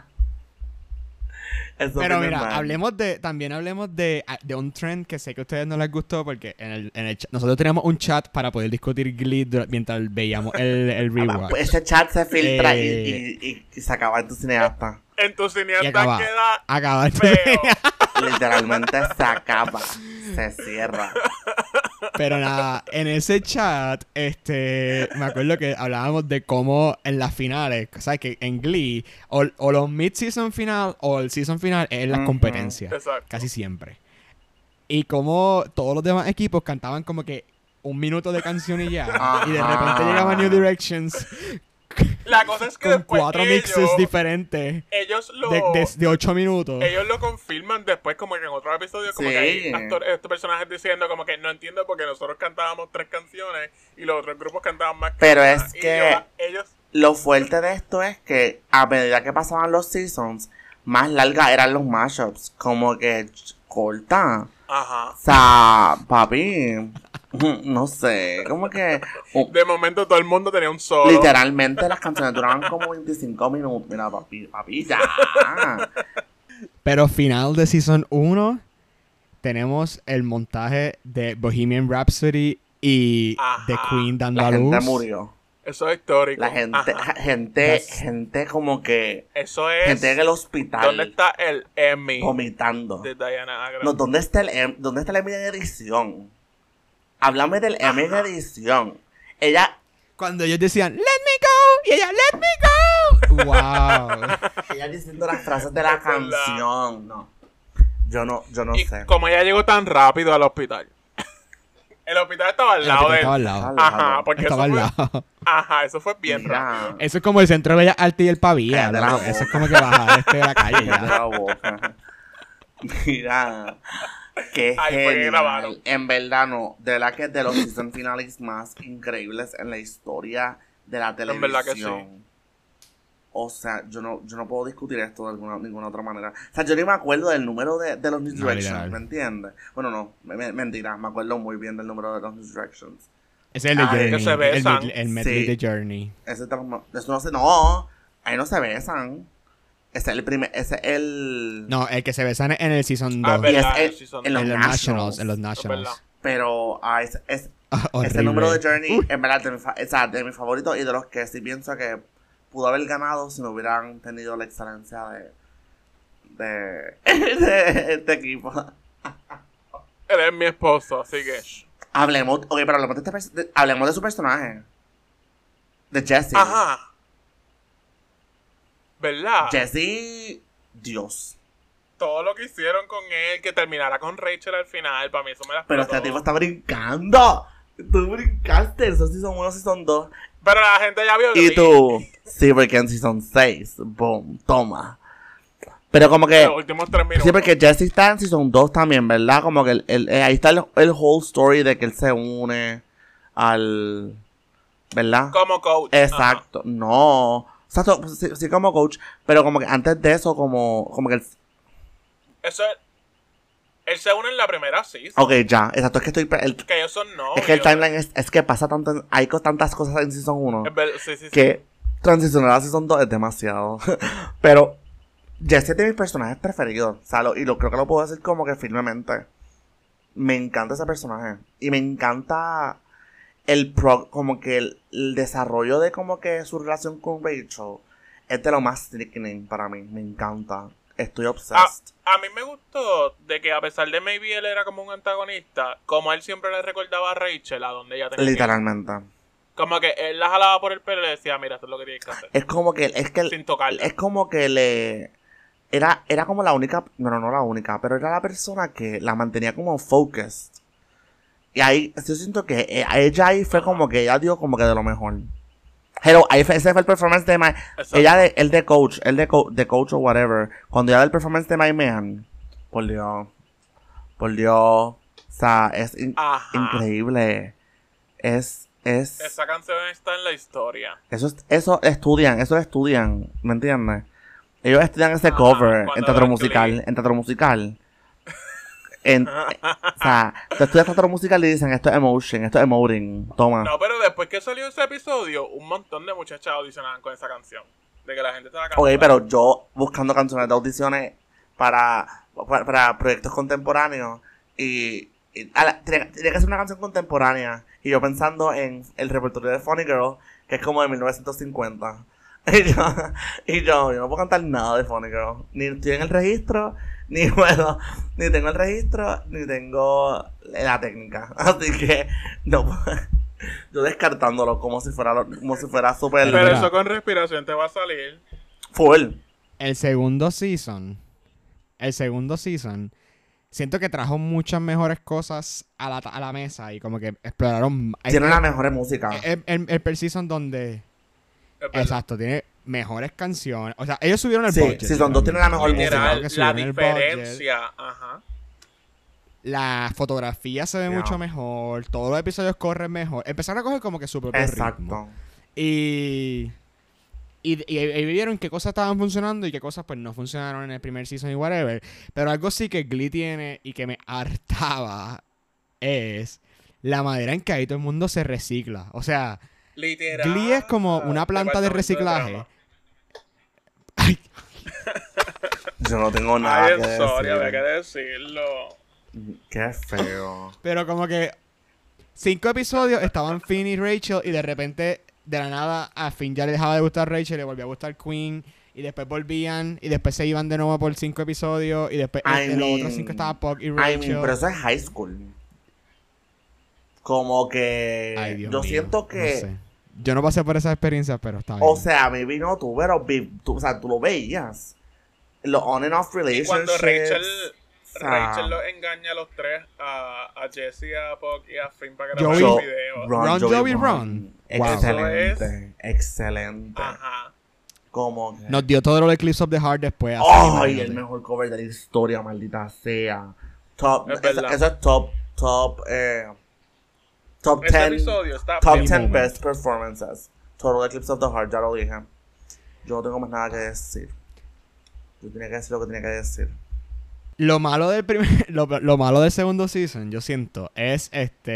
B: Eso
C: Pero
B: es
C: mira,
B: normal.
C: también hablemos de un trend que sé que a ustedes no les gustó porque nosotros teníamos un chat para poder discutir Glee mientras veíamos el rewatch.
B: Pues ese chat se filtra
C: Eh,
B: y se acaba en tu cineasta.
A: En tu
C: Y
A: cineasta queda
C: acaba.
A: feo.
B: Literalmente se acaba. Se cierra.
C: Pero nada, en ese chat, me acuerdo que hablábamos de cómo en las finales, ¿sabes? Que en Glee, o los mid-season final o el season final es las competencias.
A: Exacto.
C: Casi siempre. Y como todos los demás equipos cantaban como que un minuto de canción y ya. Y de repente llegaba New Directions
A: La cosa es que
C: con
A: después
C: 4 mixes diferentes
A: ellos
C: de 8 minutos.
A: Ellos lo confirman después, como que en otro episodio, como
B: Sí.
A: que hay estos personajes diciendo como que no entiendo porque nosotros cantábamos 3 canciones y los otros grupos cantaban más
B: Pero
A: canciones.
B: es que
A: ellos
B: lo fuerte de esto es que a medida que pasaban los seasons, más largas eran los mashups. Como que corta.
A: Ajá.
B: O sea, papi, no sé, como que
A: De momento todo el mundo tenía un solo.
B: literalmente las canciones duraban como 25 minutos. Mira, papi, ya.
C: Pero final de Season 1 tenemos el montaje de Bohemian Rhapsody y
A: Ajá.
C: The Queen dando
B: La
C: a luz.
B: gente murió.
A: Eso es histórico.
B: La gente,
A: Ajá.
B: gente como que,
A: Eso es.
B: gente en el hospital
A: ¿Dónde está el Emmy
B: vomitando.
A: de Diana Agron?
B: No, ¿dónde está el Emmy de edición? Háblame del Emmy de edición. Ella
C: Cuando ellos decían, "Let me go", y ella, "Let me go". Wow.
B: diciendo las frases de la
A: Es verdad.
B: canción. No. Yo no
A: Y
B: sé.
A: como ella llegó tan rápido al hospital. El hospital estaba al
C: El
A: lado de
C: hospital
A: él.
C: estaba al lado.
A: Ajá, porque
C: Estaba al
A: eso fue,
C: lado.
A: ajá, eso fue bien rápido.
B: Mira,
C: Eso es como el centro de Bellas Artes y el Pavía.
B: Cállate la
C: loco.
B: boca.
C: Eso es como que bajar de la calle
B: cállate
C: ya.
B: la boca. Mira, qué
A: Ahí fue que
B: genial.
A: grabaron.
B: En verdad no, de verdad que es de los season finales más increíbles en la historia de la televisión.
A: verdad que sí.
B: O sea, yo no puedo discutir esto de ninguna otra manera. O sea, yo ni me acuerdo del número de los New
C: No,
B: Directions,
C: literal.
B: ¿me entiendes? Bueno, no, mentira, me acuerdo muy bien del número de los New Directions.
C: Ese es el de
B: Ah,
C: Journey.
A: que se besan.
C: El medley
B: Sí.
C: de Journey.
B: Eso no sé, no, ahí no se besan. Ese es el primer, ese es el...
C: No, el que se besan en el Season 2.
A: Ah,
B: Y
A: verdad,
B: es
A: sí son-
B: en los
C: En los
B: Nationals.
C: Nationals. En los
A: verdad.
C: Nationals.
B: Pero ese
C: Horrible.
B: número de Journey, en verdad, de mi favorito y de los que sí pienso que pudo haber ganado si no hubieran tenido la excelencia de este equipo.
A: Él es mi esposo, así que.
B: Hablemos de su personaje. De Jesse.
A: Ajá. ¿Verdad?
B: Jesse, Dios.
A: Todo lo que hicieron con él, que terminara con Rachel al final, para mí eso me la
B: Pero
A: explotó.
B: este tipo está brincando. Tú brincaste, esos sí son 1, sí son 2.
A: Pero la gente ya vio
B: Y
A: Glee.
B: tú, sí, porque en Season 6, boom, toma. Pero como que,
A: Los últimos 3 minutos.
B: sí, porque Jesse está en Season 2 también, ¿verdad? Como que ahí está el whole story de que él se une al, ¿verdad?
A: Como coach.
B: Exacto, no. Exacto, sí como coach, pero como que antes de eso, como que él...
A: Ajá. Eso es. Él se une en la primera season.
B: Ok, ya, exacto, es que
A: Que ellos son novios.
B: es que el timeline es que pasa tanto, hay tantas cosas en Season 1.
A: Sí.
B: Que transicionar a Season 2 es demasiado. Pero Jesse es de mis personajes preferidos. O sea, creo que lo puedo decir como que firmemente. Me encanta ese personaje. Y me encanta como que el desarrollo de como que su relación con Rachel es de lo más sickening para mí. Me encanta. Estoy obsessed.
A: A mí me gustó de que a pesar de maybe él era como un antagonista, como él siempre le recordaba a Rachel a donde ella tenía que ir.
B: Literalmente.
A: Como que él la jalaba por el pelo y le decía, mira, esto es lo que tienes que hacer.
B: Es como que,
A: Sin tocarla.
B: es como que era como la única, no la única, pero era la persona que la mantenía como focused. Y ahí, yo siento que ella ahí fue como que ella dio como que de lo mejor. Pero ahí ese fue el performance de
A: Exacto.
B: ella de coach o whatever. Cuando ella del performance de My Man, por Dios, o sea, es
A: Ajá.
B: increíble.
A: Esa canción está en la historia.
B: Eso estudian, ¿me entiendes? Ellos estudian ese
A: Ajá,
B: cover
A: cuando
B: en teatro
A: ven
B: musical,
A: clip.
B: en teatro musical. O sea, tú estudias teatro musical y dicen, esto es emotion, esto es emoting, toma.
A: No, pero después que salió ese episodio, un montón de muchachas audicionaban con esa canción. De que la gente estaba cantando.
B: Ok, pero yo buscando canciones de audiciones para proyectos contemporáneos y tenía que ser una canción contemporánea. Y yo pensando en el repertorio de Funny Girl, que es como de 1950. Y yo no puedo cantar nada de Funny Girl. Ni estoy en el registro, ni tengo el registro, ni tengo la técnica. Así que no puedo. Yo descartándolo como si fuera súper.
A: Pero
C: Mira.
A: eso con respiración te va a salir.
B: Full.
C: El segundo season, siento que trajo muchas mejores cosas a la mesa y como que exploraron.
B: Tiene la mejor música.
C: El per season donde.
A: Es verdad.
C: Exacto, tiene mejores canciones. O sea, ellos subieron el
B: Sí,
C: budget.
B: Season 2 tiene la mejor
A: Literal,
C: que
A: la
C: subieron el budget.
A: diferencia. Ajá.
C: La fotografía se ve
B: Yeah.
C: mucho mejor. Todos los episodios corren mejor. Empezaron a coger como que su propio ritmo.
B: Exacto.
C: Y ahí vieron qué cosas estaban funcionando y qué cosas pues no funcionaron en el primer season y whatever. Pero algo sí que Glee tiene y que me hartaba es la manera en que ahí todo el mundo se recicla. O sea,
A: Literal.
C: Glee es como una planta de reciclaje. Ay,
B: Yo no tengo nada
A: Ay,
B: que
A: sorry, había que
B: decir.
A: decirlo.
B: Qué feo.
C: pero como que 5 episodios estaban Finn y Rachel y de repente de la nada a Finn ya le dejaba de gustar Rachel, le volvía a gustar Queen y después volvían y después se iban de nuevo por 5 episodios y después en los otros 5 estaba Puck y Rachel.
B: Pero eso es high school. Como que
C: Ay, Dios
B: yo
C: mío,
B: siento que,
C: no sé. Yo no pasé por esa experiencia, pero está bien.
B: o sea, a mí vino tú, pero o sea, tú lo veías. Los on and off
A: Y
B: relationships.
A: cuando Rachel
B: o sea,
A: los engaña a los tres, a Jesse, a Puck y a Finn para
C: Joey-
A: grabar el video.
C: Ron, Joey, Ron. Wow.
B: Excelente, excelente.
A: Ajá.
B: Como que...
C: Nos dio todo lo de Clips of the Heart después. así,
B: ¡Ay!
C: imagínate.
B: El mejor cover de la historia, maldita sea. Top,
A: Es
B: eso
A: verdad.
B: es top
A: Ese
B: 10.
A: episodio está
B: Top
A: bien
B: 10
A: bueno.
B: best performances. Total Eclipse of the Heart, ya lo dije. Yo no tengo más nada que decir. Yo tenía que decir lo que tenía que decir.
C: Lo malo del lo malo del segundo season, yo siento, es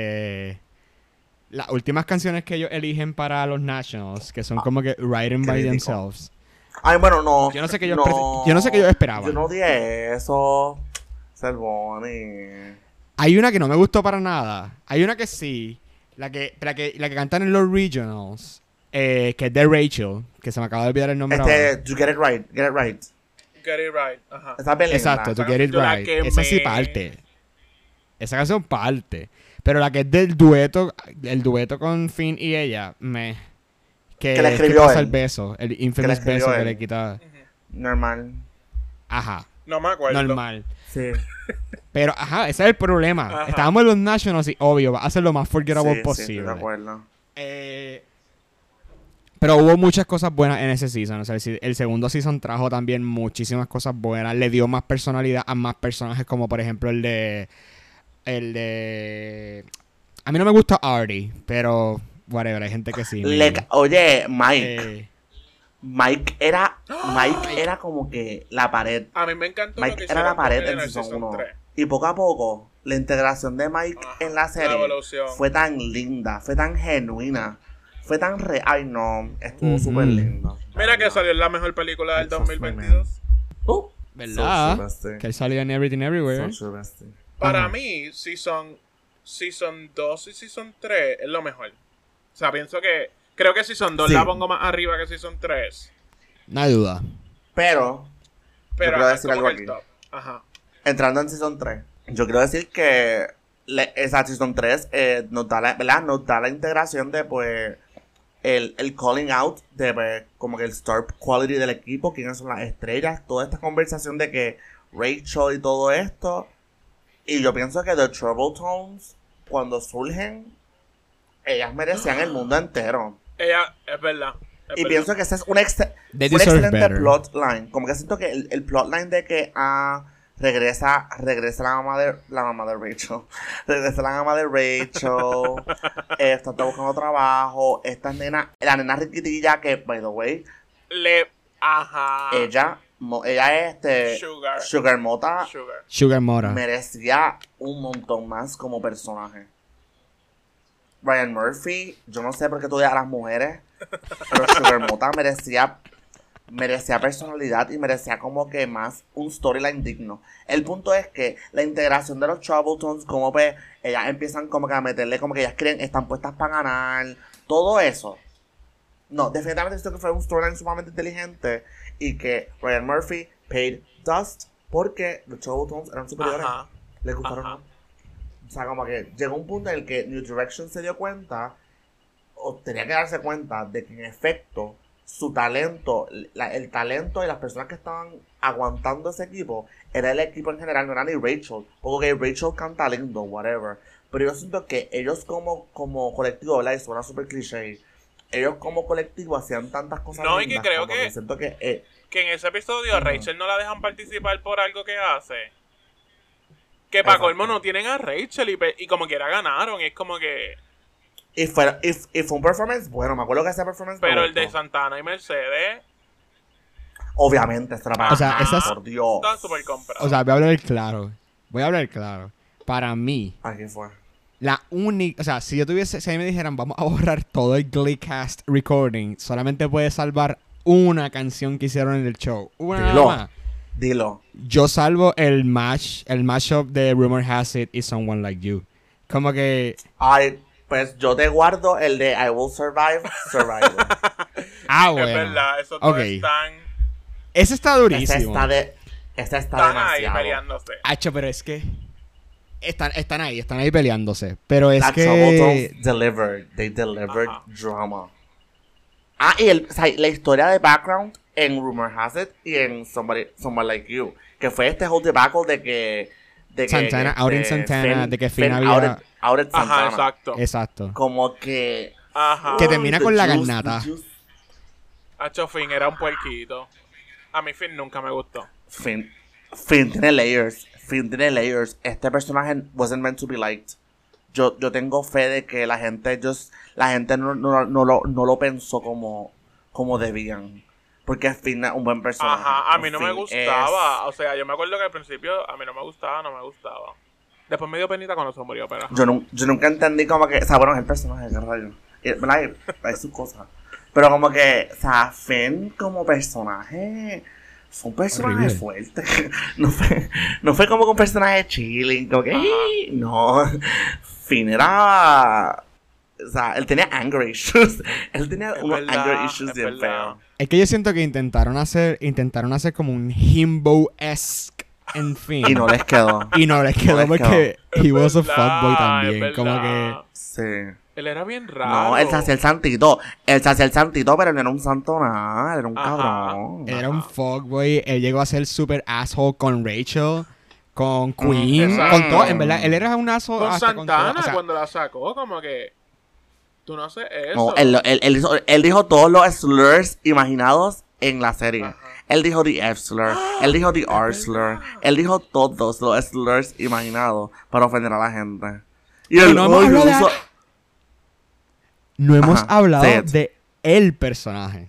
C: las últimas canciones que ellos eligen para los Nationals, que son como que written by
B: crítico.
C: themselves.
B: Ay, bueno, no.
C: Yo no sé qué ellos
B: no,
C: yo no sé qué ellos esperaban.
B: Yo no dije eso. Ser Bonnie.
C: Hay una que no me gustó para nada. Hay una que sí. La que cantan en los regionals. Que es de Rachel. Que se me acaba de olvidar el nombre ahora.
B: You get it right. Get it right.
A: Get it right. Ajá.
B: Esa película.
C: Exacto, to get it
A: Yo la
C: right.
A: quemé.
C: Esa sí parte. Esa canción parte. Pero la que es del dueto. El dueto con Finn y ella.
B: Que le escribió
C: pasa
B: él.
C: el beso. El
B: Que le
C: infamous
B: escribió
C: beso que
B: él.
C: le quitaba.
B: Normal.
C: Ajá.
A: No me acuerdo.
C: Normal.
B: Sí.
C: Pero, ajá, ese es el problema.
A: Ajá.
C: Estábamos en los Nationals y, obvio, va a ser lo más forgettable
B: Sí, estoy
C: posible.
B: de acuerdo.
C: Pero hubo muchas cosas buenas en ese season. O sea, el segundo season trajo también muchísimas cosas buenas. Le dio más personalidad a más personajes, como por ejemplo el de... A mí no me gusta Artie, pero... Whatever, hay gente que sí.
B: Oye, Mike.
C: Eh,
B: Mike era como que la pared.
A: A mí me encantó lo que
B: Mike era la
A: hicieron
B: pared
A: con él
B: en
A: el
B: Season 1.
A: 3.
B: Y poco a poco, la integración de Mike
A: Ajá,
B: en la serie
A: la evolución.
B: fue tan linda, fue tan genuina, fue tan real. Ay, no, estuvo
C: Ujú.
B: súper lindo.
A: Mira que salió la mejor película del
B: Eso
A: 2022.
C: ¿Verdad?
B: So true,
C: Que él salió en Everything Everywhere.
B: so true, bestie.
A: Para
C: Ajá.
A: mí, Season 2 y Season 3 es lo mejor. O sea, pienso que... Creo que Season 2
B: Sí.
A: la pongo más arriba que Season 3.
C: No hay duda.
B: Pero,
A: Pero
B: quiero
A: ajá,
B: decir
A: es
B: algo
A: como que
B: aquí.
A: el top. Ajá.
B: entrando en Season 3, yo quiero decir que esa Season 3 nos da la integración de, pues, el calling out de pues, como que el star quality del equipo, quiénes son las estrellas, toda esta conversación de que Rachel y todo esto. Y yo pienso que The Trouble Tones, cuando surgen, ellas merecían el mundo entero.
A: Ella, es verdad.
B: Y pienso que ese es un
C: They
B: excelente
C: deserve better.
B: plotline. Como que siento que el plotline de que regresa la mamá de Rachel. Regresa la mamá de Rachel. Está buscando trabajo. Esta nena, la nena riquitilla que, by the way,
A: Ajá.
B: ella es Sugar Mota.
C: Sugar Mora.
B: Merecía un montón más como personaje. Ryan Murphy, yo no sé por qué tú odias a las mujeres, pero Sugar Mota merecía personalidad y merecía como que más un storyline digno. El punto es que la integración de los Trouble Tones, como pues ellas empiezan como que a meterle, como que ellas creen, están puestas para ganar, todo eso. No, definitivamente siento que fue un storyline sumamente inteligente y que Ryan Murphy paid dust porque los Trouble Tones eran superiores.
A: Ajá.
B: Les gustaron
A: Ajá.
B: más. O sea, como que llegó un punto en el que New Direction se dio cuenta, o tenía que darse cuenta, de que en efecto su talento, el talento y las personas que estaban aguantando ese equipo, era el equipo en general, no era ni Rachel. Porque Rachel canta lindo, whatever. Pero yo siento que ellos como colectivo, ¿verdad? Y suena súper cliché. Ellos como colectivo hacían tantas cosas.
A: No, y que creo que
B: siento que
A: en ese episodio a Rachel no la dejan participar por algo que hace. Que para colmo no tienen a Rachel y como quiera ganaron. Y es como que...
B: Y fue un performance bueno. Me acuerdo que ese performance
A: Pero
B: me
A: el de
B: gustó.
A: Santana y Mercedes
B: Obviamente, esta era para
C: O sea, esas-
B: por Dios.
A: están súper comprados.
C: O sea, voy a hablar claro. Para mí,
B: Aquí fue.
C: la única... O sea, si a mí me dijeran, vamos a borrar todo el Gleecast recording, solamente puede salvar una canción que hicieron en el show. Una nada más.
B: Dilo.
C: Yo salvo el mashup de Rumor Has It y Someone Like You. Como que...
B: Ay, pues yo te guardo el de I Will Survive, Survive.
C: Ah, bueno.
A: Es verdad, esos dos
C: Ok.
A: están
C: Ese está durísimo.
B: Esta está
A: ahí
B: demasiado.
A: peleándose.
C: Hacho, pero es que... Están ahí peleándose. Pero es
B: La
C: que...
B: Trouble Tones delivered. They delivered
A: Ajá.
B: drama. Y o sea, la historia de background en Rumor Has It y en Somebody Like You. Que fue este whole debacle de que
C: Santana, outed Santana, de que Finn había...
B: outed Santana.
A: Ajá, exacto.
C: Exacto.
B: Como que...
A: Ajá.
C: Que termina
B: the
C: con la
B: juice,
C: garnata.
B: the juice.
A: Hacho, Finn era un puerquito. A mí Finn nunca me gustó.
B: Finn tiene layers. Este personaje wasn't meant to be liked. Yo tengo fe de que la gente no lo pensó como debían. Porque Finn es un buen personaje.
A: Ajá, a mí no me
B: Finn
A: gustaba. O sea, yo me acuerdo que al principio a mí no me gustaba. Después me dio penita cuando se murió, pero...
B: Yo nunca entendí como que... O sea, bueno, es el personaje, qué rayo. ¿Verdad? Hay sus cosas. Pero como que... O sea, Finn como personaje... Fue un personaje
C: Horrible.
B: fuerte. No fue como que un personaje chilling. Como que... No. Finn era... O sea, él tenía anger issues. Él tenía
A: Es
B: unos
A: verdad,
B: anger issues
A: es
B: bien
A: verdad.
B: feos.
C: Es que yo siento que intentaron hacer como un himbo-esque en fin.
B: Y no les quedó.
C: Y no les quedó
B: les
C: porque he was a
A: verdad,
C: fuckboy
A: es
C: también. Como que...
A: verdad.
B: Sí.
A: Él era bien raro.
B: No, él se hacía el santito. Pero él no era un santo nada. Él era un
A: Ajá.
B: cabrón.
C: Él era un fuckboy. Él llegó a ser super asshole con Rachel, con Queen,
A: Exacto.
C: con todo. En verdad, él era un asshole
A: Con
C: hasta
A: Santana,
C: con todo. O sea,
A: cuando la sacó, como que... Tú no haces eso.
B: No, él dijo todos los slurs imaginados en la serie.
A: Ajá.
B: Él dijo the F slur, él dijo the R slur, él dijo todos los slurs imaginados para ofender a la gente. Y
C: Pero
B: él,
C: no hemos
B: "Ay,
C: hablado de-
B: uso-".
C: no hemos
B: Ajá,
C: hablado
B: say it.
C: de el personaje.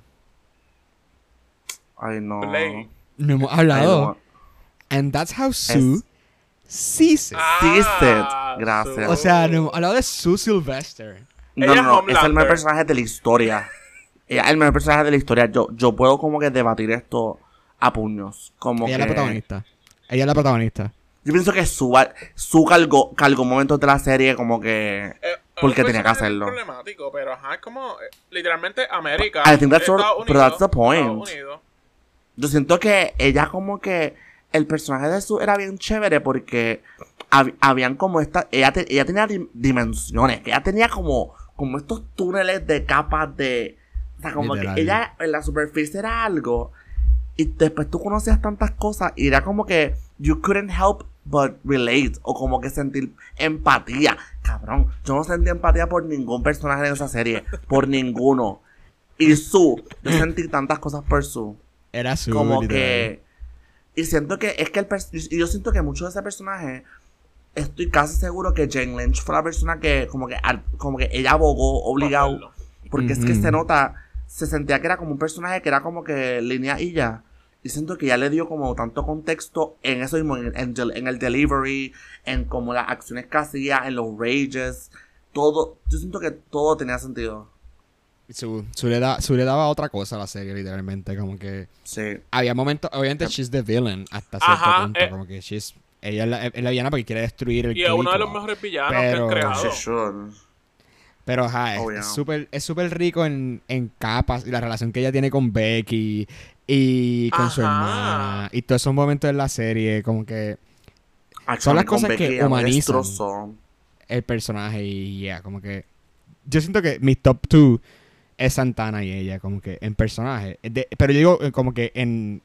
B: Ay, no.
A: Blake.
C: No hemos
B: Ay,
C: hablado.
B: no.
C: And that's how Sue sees it.
B: Sees it. Gracias.
C: O sea, no hemos hablado de Sue Sylvester.
A: Ella es
B: Es el
A: Homelander.
B: mejor personaje de la historia. Ella es el mejor personaje de la historia. Yo puedo como que debatir esto a puños. Como
C: Ella es
B: que...
C: la protagonista. Ella es la protagonista.
B: Yo pienso que Su cargó momentos de la serie como que... Porque tenía que hacerlo.
A: Es problemático, pero ajá, es como... literalmente América.
B: I think that's
A: Estados
B: what-
A: Unidos,
B: but that's the point.
A: Estados Unidos.
B: Yo siento que ella como que... El personaje de Su era bien chévere porque... Habían como esta... Ella tenía dimensiones. Que ella tenía como como estos túneles de capas de... O sea, como
C: Literal.
B: que ella en la superficie era algo y después tú conocías tantas cosas y era como que you couldn't help but relate o como que sentir empatía. Cabrón, yo no sentí empatía por ningún personaje en esa serie, por ninguno. Y yo sentí tantas cosas por Sue.
C: Era su
B: Como
C: literal.
B: que... Y siento que es que y yo siento que mucho de ese personaje, estoy casi seguro que Jane Lynch fue la persona que como que ella abogó obligado. Porque es que se nota, se sentía que era como un personaje que era como que línea y ya. Y siento que ya le dio como tanto contexto en eso mismo, en el delivery, en como las acciones que hacía, en los rages, todo. Yo siento que todo tenía sentido.
C: Su le daba otra cosa a la serie, literalmente. Como que
B: Sí.
C: había momentos, obviamente, she's the villain hasta cierto
A: Ajá,
C: punto. Como que ella es la villana porque quiere destruir el
A: Y es uno de los
C: K-pop.
A: mejores villanos
C: Pero-
A: que han creado.
B: She should.
C: Pero ajá,
B: Oh,
C: es
B: yeah.
C: súper rico en capas. Y la relación que ella tiene con Becky y con su
A: Ajá.
C: hermana. Y todos esos momentos en la serie, como que
B: Actually,
C: Son las
B: con
C: cosas que
B: Becky, ella me
C: humanizan.
B: destrozó.
C: el personaje y ya, como que... Yo siento que mi top 2 es Santana y ella, como que en personaje. Pero yo digo, como que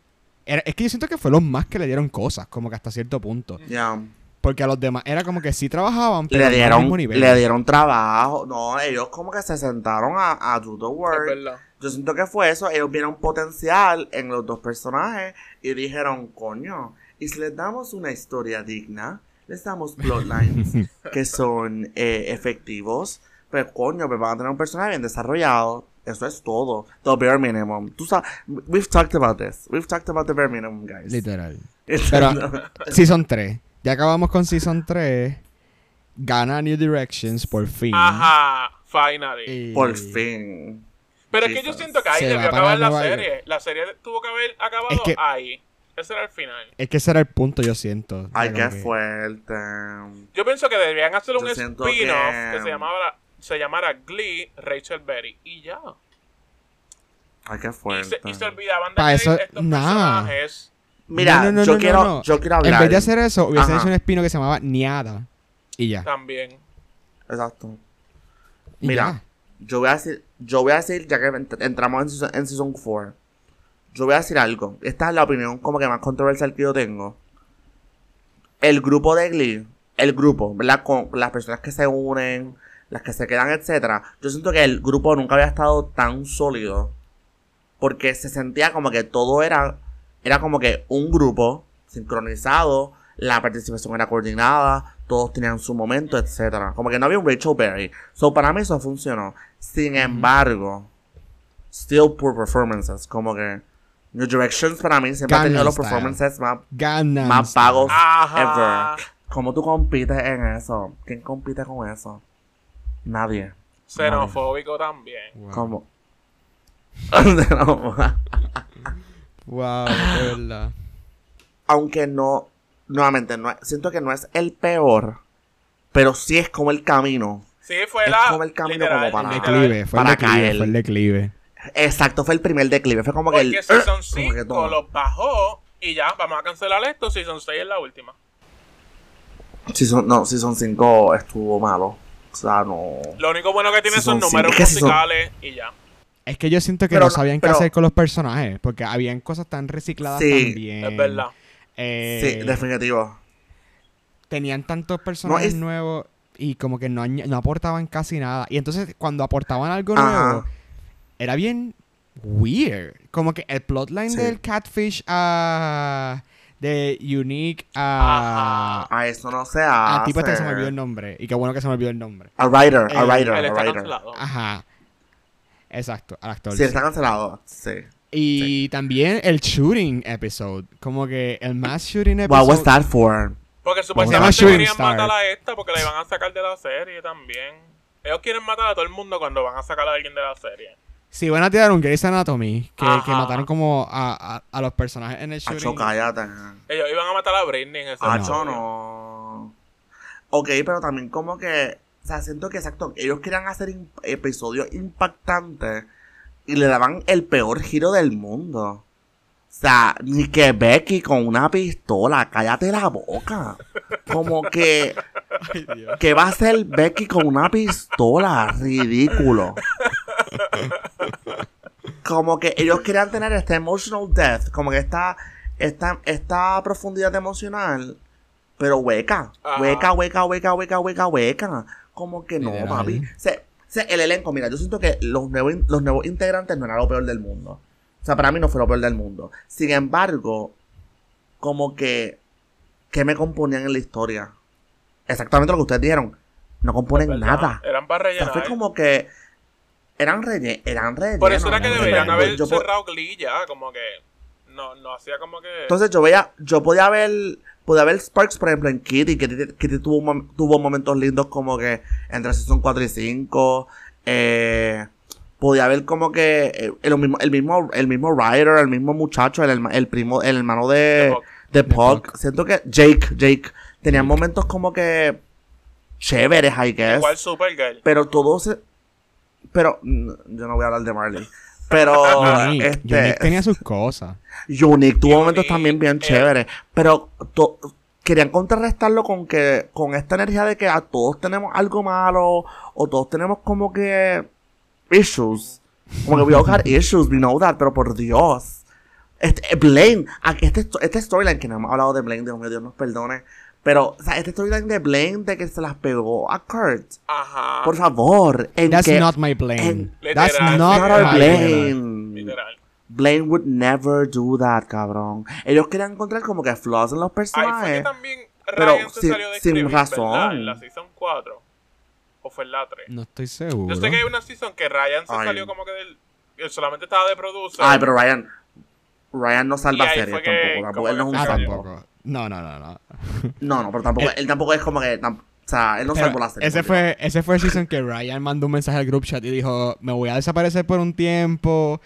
C: es que yo siento que fue los más que le dieron cosas, como que hasta cierto punto.
B: Ya.
C: Porque a los demás era como que sí trabajaban, pero
B: Le
C: no al
B: dieron,
C: mismo nivel.
B: le dieron trabajo. No, ellos como que se sentaron a do the
A: Es
B: work.
A: verdad.
B: Yo siento que fue eso. Ellos vieron potencial en los dos personajes y dijeron, coño, y si les damos una historia digna, les damos plotlines que son efectivos, pues coño, pues van a tener un personaje bien desarrollado. Eso es todo. The bare minimum. Tú sabes, we've talked about this. We've talked about the bare minimum, guys.
C: Literal. Pero Season 3. Ya acabamos con Season 3. Gana New Directions por fin.
A: Ajá, finally.
C: Y-
B: Por fin.
A: Pero es que yo
B: Jesus.
A: siento que ahí
C: Se va
A: debió
C: para
A: acabar la
C: Nueva
A: serie.
C: York.
A: La serie tuvo que haber acabado
C: Es que-
A: ahí. Ese era el final.
C: Es que ese era el punto, yo siento.
B: Ay,
C: O sea,
B: qué
C: como que-
B: fuerte.
A: Yo pienso que deberían hacer un
B: Yo siento
A: spin-off
B: que-
A: que se llamara Glee Rachel Berry. Y ya.
B: Ay, qué
A: Y
B: fuerte.
A: se olvidaban de
C: Pa'
A: añadir
C: eso,
A: estos
C: nada.
A: personajes.
B: Mira,
C: No,
B: yo quiero hablar.
C: En vez de hacer eso, hubiese
B: Ajá.
C: hecho un espino que se llamaba Niada. Y ya.
A: También.
B: Exacto.
C: Y
B: Mira, yo voy a decir, ya que entramos en Season 4, yo voy a decir algo. Esta es la opinión como que más controversial que yo tengo. El grupo de Glee, ¿verdad? Con las personas que se unen, las que se quedan, etcétera. Yo siento que el grupo nunca había estado tan sólido. Porque se sentía como que todo era como que un grupo sincronizado, la participación era coordinada, todos tenían su momento, etcétera. Como que no había un Rachel Berry. So, para mí eso funcionó. Sin embargo, still poor performances. Como que New Directions para mí siempre ha tenido
C: Gangnam
B: los
C: Style.
B: performances
C: Gangnam
B: más
C: Style.
B: vagos
A: Ajá.
B: ever. ¿Cómo tú compites en eso? ¿Quién compite con eso? Nadie.
A: Xenofóbico también.
C: Wow.
B: ¿Cómo?
C: Wow, de verdad.
B: Aunque no, nuevamente, siento que no es el peor, pero sí es como el camino.
A: Sí, fue
B: Es
A: la.
B: como el camino
A: literal,
B: como para-
C: El
A: literal.
C: declive, fue el
B: Para
C: declive,
B: caer.
C: fue el declive.
B: Exacto, fue el primer declive. Fue como que
A: Porque
B: el.
A: Season
B: como que
A: 5
B: toma.
A: los bajó y ya, vamos a cancelar esto. Season 6 es la última.
B: Season 5 estuvo malo. O sea, no.
A: Lo único bueno que tiene son
B: Season
A: números
B: 5, es que
A: musicales y ya.
C: Es que yo siento que
B: Pero
C: no
B: no,
C: sabían qué
B: pero-
C: hacer con los personajes, porque habían cosas tan recicladas
B: Sí,
C: también.
A: Es verdad.
B: Sí, definitivo.
C: Tenían tantos personajes
B: No,
C: nuevos y como que no aportaban casi nada. Y entonces cuando aportaban algo
B: Ajá.
C: nuevo, era bien weird. Como que el plotline
B: Sí.
C: del Catfish de Unique
B: A eso no se hace.
C: a tipo este que se me olvidó el nombre. Y qué bueno que se me olvidó el nombre.
B: A writer, a
C: Él
B: writer,
A: Él
B: a
A: está
B: writer.
A: cancelado.
C: Ajá. Exacto, al actor.
B: Sí,
C: sí.
B: está cancelado. Sí.
C: Y también el shooting episode. Como que el mass shooting
B: What
C: episode.
B: was that for?
A: Porque
C: Se llama
A: supuestamente
C: Shooting
A: querían
C: Star.
A: matar a esta porque la iban a sacar de la serie también. Ellos quieren matar a todo el mundo cuando van a sacar a alguien de la serie.
C: Sí, van a tirar un Grey's Anatomy. Que
A: Ajá.
C: mataron como a los personajes en el
B: Acho,
C: shooting.
B: cállate.
A: Ellos iban a matar a Britney en ese
C: Ah,
B: Acho,
A: episodio.
B: no. Ok, pero también como que. O sea, siento que exacto. Ellos querían hacer episodios impactantes y le daban el peor giro del mundo. O sea, ni que Becky con una pistola, cállate la boca. Como que,
C: Ay, Dios.
B: ¿qué va a hacer Becky con una pistola? Ridículo. Como que ellos querían tener este emotional depth, como que esta profundidad emocional, pero hueca.
A: Ajá.
B: Hueca. Como que no,
C: Literal.
B: papi. El elenco, mira, yo siento que los nuevos integrantes no era lo peor del mundo. O sea, para mí no fue lo peor del mundo. Sin embargo, como que, ¿qué me componían en la historia? Exactamente lo que ustedes dijeron. No componen
A: ¿Verdad?
B: nada.
A: Eran para
B: O sea,
A: rellenar.
B: fue como que eran rellenos.
A: Por eso era que deberían haber
B: Yo po-
A: cerrado Glee ya, como que no hacía como que...
B: Entonces yo podía ver Sparks, por ejemplo, en Kitty. Kitty tuvo momentos lindos como que entre Season 4 y 5. Podía ver como que el mismo writer, el mismo muchacho, el hermano de Puck. Siento que Jake tenía momentos como que chéveres, I guess.
A: Igual Supergirl.
B: Pero yo no voy a hablar de Marley. Pero
C: Unique tenía sus cosas.
B: Unique tuvo momentos
A: Unique,
B: también bien chéveres. Pero querían contrarrestarlo con esta energía de que a todos tenemos algo malo. O todos tenemos como que issues. Como que we all had issues, we know that. Pero por Dios. Blaine. Este storyline, que no hemos hablado de Blaine, Dios mío, Dios nos perdone. Pero, o sea, este storyline de Blaine, de que se las pegó a Kurt.
A: Ajá.
B: Por favor.
C: That's not my Blaine. That's
A: Literal.
C: not
B: Not our
C: my Blaine.
B: Blaine.
A: Literal.
B: Blaine would never do that, cabrón. Ellos querían encontrar como que flaws en los
A: Ahí fue que
B: personajes.
A: también
B: pero
A: Ryan se
B: sin-
A: salió de
B: sin
A: escribir,
B: razón.
A: ¿verdad? En la Season 4. ¿O fue en la 3?
C: No estoy seguro.
A: Yo sé que hay una Season que Ryan se
B: Ay.
A: salió como que del... Él solamente estaba de producer.
B: Ay, pero Ryan no salva
A: Y ahí
B: series
A: fue que
B: tampoco.
A: como
B: Él no es un
A: que
C: Ah,
A: se
B: salvo.
C: tampoco. No.
B: No, pero tampoco. Él tampoco es como que. O sea, él no
C: Pero
B: salvó la serie.
C: ese fue el season que Ryan mandó un mensaje al group chat y dijo, me voy a desaparecer por un tiempo.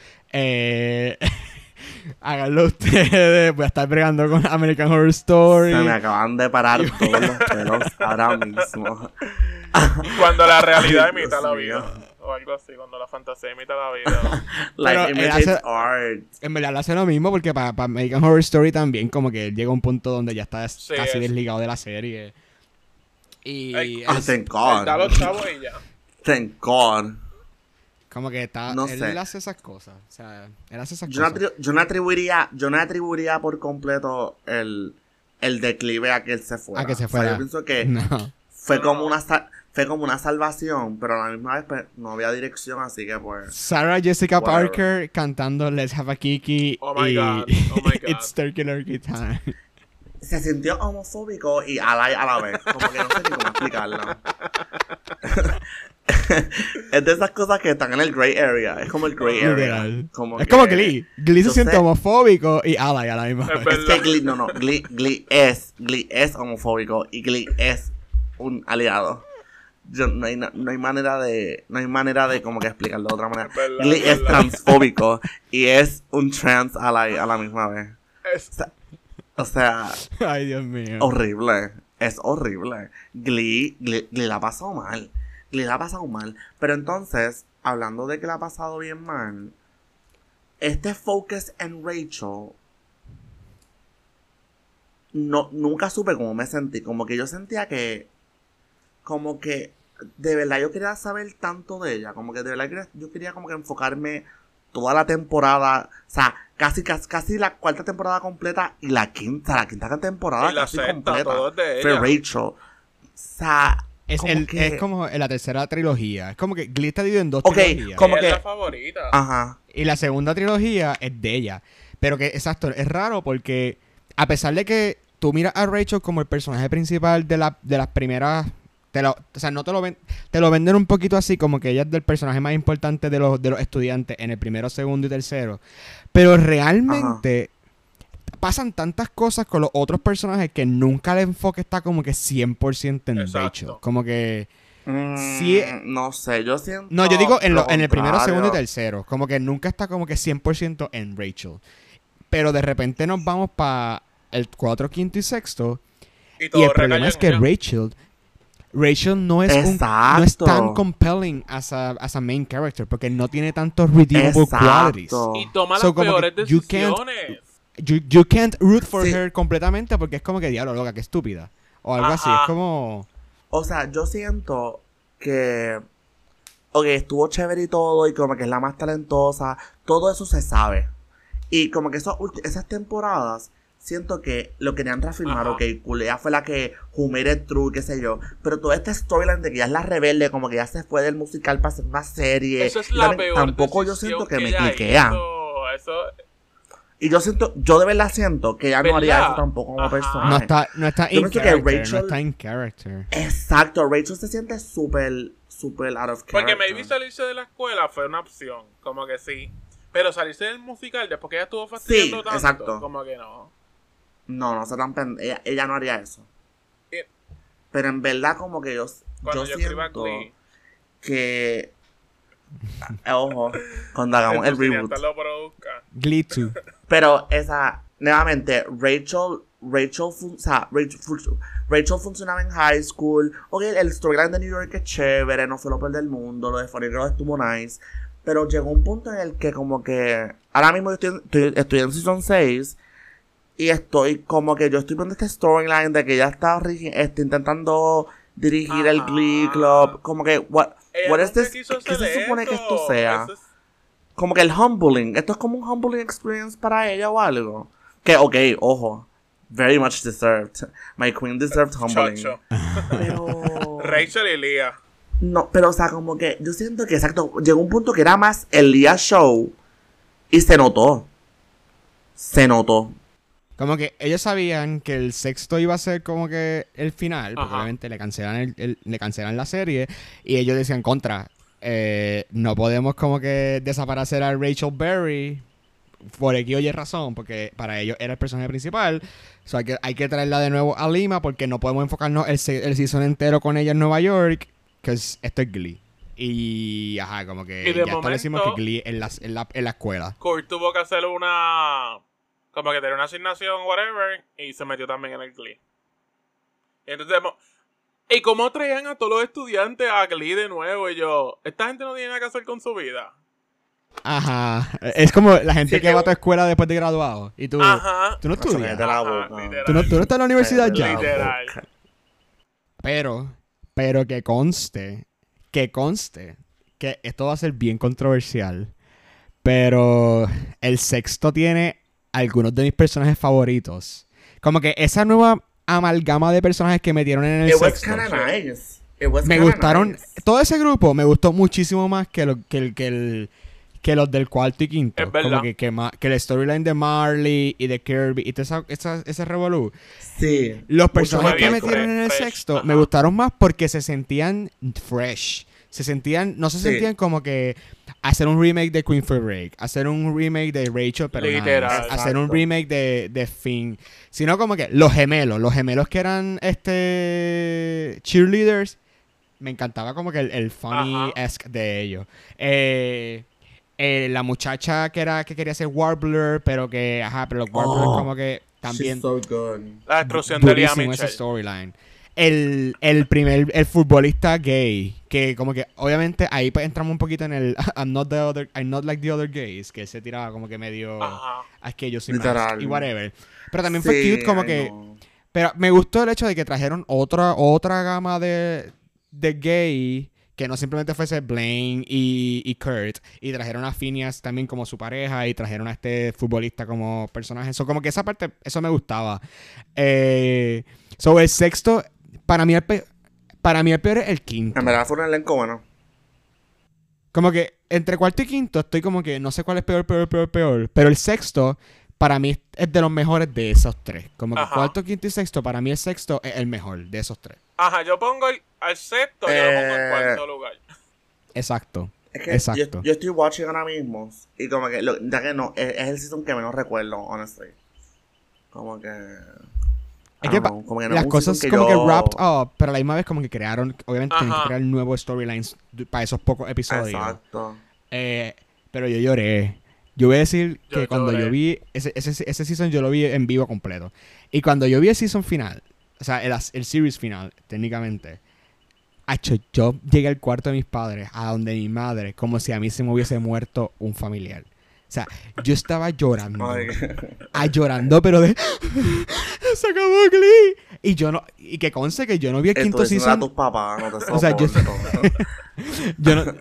C: Háganlo ustedes. Voy a estar bregando con American Horror Story.
B: Se me acaban de parar todos los pelos ahora mismo.
A: Cuando la realidad imita
B: Dios
A: la
B: mío.
A: vida. O algo así, cuando la fantasía imita la vida.
B: Like,
C: Pero él
B: imitates
C: hace-
B: art.
C: En verdad le hace lo mismo porque para American Horror Story también como que él llega a un punto donde ya está
A: Sí,
C: casi
A: es.
C: desligado de la serie. Y
A: Ay,
B: Ah,
C: es
B: thank God.
A: Da los chavos y ya.
B: Thank God.
C: como que está...
B: no
C: él
B: sé.
C: hace esas cosas. O sea, él hace esas
B: Yo no,
C: cosas.
B: yo no atribuiría por completo el declive a que él se fuera.
C: A que se
B: O sea,
C: fuera.
B: yo pienso que
C: No.
B: fue como una salvación, pero a la misma vez pues, no había dirección, así que pues.
C: Sarah Jessica
B: Whatever.
C: Parker cantando Let's Have a Kiki
A: Oh my
C: y
A: God, oh my God.
C: It's Turkey Lurkey Time.
B: Se sintió homofóbico y ally a la vez. Como que no sé ni cómo explicarlo. Es de esas cosas que están en el gray area. Es como el gray area.
C: Literal.
B: Como
C: Es
B: que-
C: como Glee. Glee se
B: yo
C: siente
B: sé-
C: homofóbico y ally a la misma
A: Es
C: vez.
B: Es que Glee, no, Glee es homofóbico y Glee es un aliado. No hay manera de como que explicarlo de otra manera.
A: Es verdad,
B: Glee
A: es
B: es
A: verdad.
B: transfóbico y es un trans ally a la misma vez. O sea,
C: Ay, Dios mío.
B: horrible. Es horrible. Glee la ha pasado mal. Glee la ha pasado mal. Pero entonces, hablando de que la ha pasado bien mal, este focus en Rachel, nunca supe cómo me sentí. Como que yo sentía que, como que, de verdad yo quería saber tanto de ella. Como que de verdad yo quería como que enfocarme toda la temporada. O sea, casi la cuarta temporada completa y la quinta temporada
A: Y la
B: casi
A: sexta,
B: completa.
A: todo es de
B: Fue
A: ella.
B: Rachel. O sea,
C: Es,
B: como que-
C: es como en la tercera trilogía. Es como que Glee está dividido en dos
B: Ok,
C: trilogías.
B: como
A: Ella
B: que-
A: es la favorita.
B: Ajá.
C: Y la segunda trilogía es de ella. Pero que, exacto, es raro porque a pesar de que tú miras a Rachel como el personaje principal de las primeras... o sea, no te lo venden un poquito así, como que ella es del personaje más importante de los estudiantes en el primero, segundo y tercero. Pero realmente pasan tantas cosas con los otros personajes que nunca el enfoque está como que 100% en
A: Exacto.
C: Rachel. Como que... Sí,
B: No sé, yo siento.
C: no, yo digo en
B: lo
C: el primero,
B: contrario.
C: segundo y tercero. Como que nunca está como que 100% en Rachel. Pero de repente nos vamos para el 4, 5 y 6.
A: Y
C: Y
A: todo
C: el problema
A: recae
C: es
A: en
C: que
A: ella.
C: Rachel no es no es tan compelling as a main character porque no tiene tantos redeemable
B: Exacto.
C: qualities.
A: Y toma
C: So,
A: las
C: como
A: peores
C: que you can't-
A: decisiones.
C: you can't root for
B: Sí.
C: her completamente porque es como que diablo, loca, qué estúpida. O algo así,
A: Ajá.
C: es como...
B: O sea, yo siento que... Ok, estuvo chévere y todo, y como que es la más talentosa. Todo eso se sabe. Y como que esas temporadas, siento que lo querían reafirmar.
A: Ajá.
B: Ok, Culea fue la que who made it true, qué sé yo. Pero toda esta storyline de que ya es la rebelde, como que ya se fue del musical para hacer una serie.
A: Eso es
B: y
A: la
B: también,
A: peor
B: tampoco yo
A: decisión
B: siento que me
A: ella
B: cliquea.
A: hizo. Eso,
B: Y yo de verdad siento que ella no haría
A: ¿Verdad?
B: eso tampoco como
A: Ajá.
B: personaje.
C: No está
B: Yo
C: in
B: pienso que
C: character,
B: Rachel-
C: no está in character.
B: Exacto, Rachel se siente súper out of character.
A: porque maybe salirse de la escuela fue una opción, como que sí. Pero salirse del musical después que ella estuvo fastidiando
B: Sí,
A: tanto,
B: exacto.
A: como que no.
B: No se tan ella no haría eso.
A: Eh,
B: Pero en verdad como que
A: Cuando yo escriba
B: siento
A: Glee,
B: que... Ojo, cuando hagamos el
A: entonces ya
B: reboot.
A: hasta lo produzca.
C: Glee 2.
B: Pero nuevamente, Rachel funcionaba en high school. Ok, el storyline de New York es chévere, no fue lo peor del mundo, lo de Funny Girl estuvo nice. Pero llegó un punto en el que como que... Ahora mismo yo estoy en Season 6 y estoy como que yo estoy viendo este storyline de que ella está intentando dirigir el
A: Ajá.
B: Glee Club. Como que, what
A: Ella
B: is
A: nunca
B: this?
A: quiso
B: ¿Qué se
A: hacer
B: supone que
A: eso.
B: esto sea?
A: Eso es-
B: Como que el humbling. Esto es como un humbling experience para ella o algo. Que, ok, ojo. Very much deserved. My queen deserved humbling.
A: Chocho.
B: Pero...
A: Rachel y Leah.
B: No, pero o sea, como que yo siento que exacto, llegó un punto que era más el día show y se notó. Se notó.
C: Como que ellos sabían que el sexto iba a ser como que el final, porque
A: Ajá.
C: obviamente le cancelan le cancelan la serie, y ellos decían contra, no podemos como que desaparecer a Rachel Berry por aquí oye razón, porque para ellos era el personaje principal, so hay que traerla de nuevo a Lima porque no podemos enfocarnos el season entero con ella en Nueva York, que esto es Glee. Y ajá, como que
A: Y de
C: ya establecimos
A: momento-
C: que Glee en la escuela.
A: Kurt tuvo que hacer una... Como que tenía una asignación, whatever, y se metió también en el Glee. Y entonces... ¿Y cómo traían a todos los estudiantes a Glee de nuevo? Y yo... Esta gente no tiene nada que hacer con su vida.
C: Ajá. Es como la gente
B: Sí,
C: que
B: que-
C: va a tu escuela después de graduado. Y tú,
A: Ajá.
C: tú no estudias.
B: de la
A: Ajá,
B: boca.
A: literal.
C: Tú no estás en la universidad
B: De la
C: ya.
A: Literal.
B: boca.
C: Pero que conste que esto va a ser bien controversial. Pero el sexto tiene algunos de mis personajes favoritos. Como que esa nueva amalgama de personajes que metieron en el
B: It was
C: sexto.
B: kinda nice. It was
C: Me
B: kinda
C: gustaron.
B: nice.
C: Todo ese grupo me gustó muchísimo más que los del cuarto y quinto.
A: Es verdad.
C: Como que el storyline de Marley y de Kirby y todo ese revolú.
B: Sí.
C: Los
B: Mucho
C: personajes
B: más
C: que
B: bien
C: metieron en el
A: fresh,
C: sexto
A: ajá.
C: me gustaron más porque se sentían fresh. No se
B: Sí.
C: sentían como que hacer un remake de Queen for Break, hacer un remake de Rachel, pero
A: Literal.
C: nada, hacer un
B: Exacto.
C: remake de Finn. Sino como que los gemelos que eran cheerleaders, me encantaba como que el funny-esque de ellos. La muchacha que quería ser Warbler, pero los Warblers
B: Oh,
C: como que también
B: She's so good.
A: La destrucción de Leah
C: durísimo ese
A: Mitchell.
C: storyline. El futbolista gay, que como que obviamente ahí pues entramos un poquito en el I'm not like the other gays, que se tiraba como que medio
A: Ajá.
C: es que yo soy más
B: Literal.
C: y whatever. Pero también fue
B: Sí,
C: cute como
B: I
C: que
B: know.
C: pero me gustó el hecho de que trajeron otra gama de gay, que no simplemente fuese Blaine y Kurt, y trajeron a Phineas también como su pareja, y trajeron a este futbolista como personaje. Eso como que esa parte, eso me gustaba. Sobre el sexto, para mí el peor es el quinto.
B: En verdad fue un elenco bueno.
C: Como que entre cuarto y quinto estoy como que no sé cuál es peor. Pero el sexto, para mí, es de los mejores de esos tres. Como que
A: Ajá.
C: cuarto, quinto y sexto, para mí el sexto es el mejor de esos tres.
A: Ajá, yo pongo al sexto, yo lo pongo en cuarto lugar.
C: Exacto.
B: Es que
C: Exacto.
B: yo estoy watching ahora mismo y como que, ya que no, es el season que menos recuerdo, honestly. Como que...
C: Es
B: I
C: que
B: don't know, como que no
C: las
B: es un
C: cosas
B: season
C: como que
B: yo-
C: wrapped up, pero a la misma vez como que crearon, obviamente tienen que
A: Ajá.
C: crear nuevos storylines para esos pocos episodios.
B: Exacto.
C: Pero yo lloré. Yo voy a decir
A: Yo
C: que cuando
A: lloré.
C: yo vi ese season, yo lo vi en vivo completo. Y cuando yo vi el season final, o sea, el series final, técnicamente, yo llegué al cuarto de mis padres, a donde mi madre, como si a mí se me hubiese muerto un familiar. sea, yo estaba llorando.
B: Ay,
C: Llorando, pero de... ¡Se acabó Glee! Y yo no... Y que conste que yo no vi el quinto
B: esto es a
C: season.
B: tus papás, no te
C: O sea,
B: soporto.
C: yo no...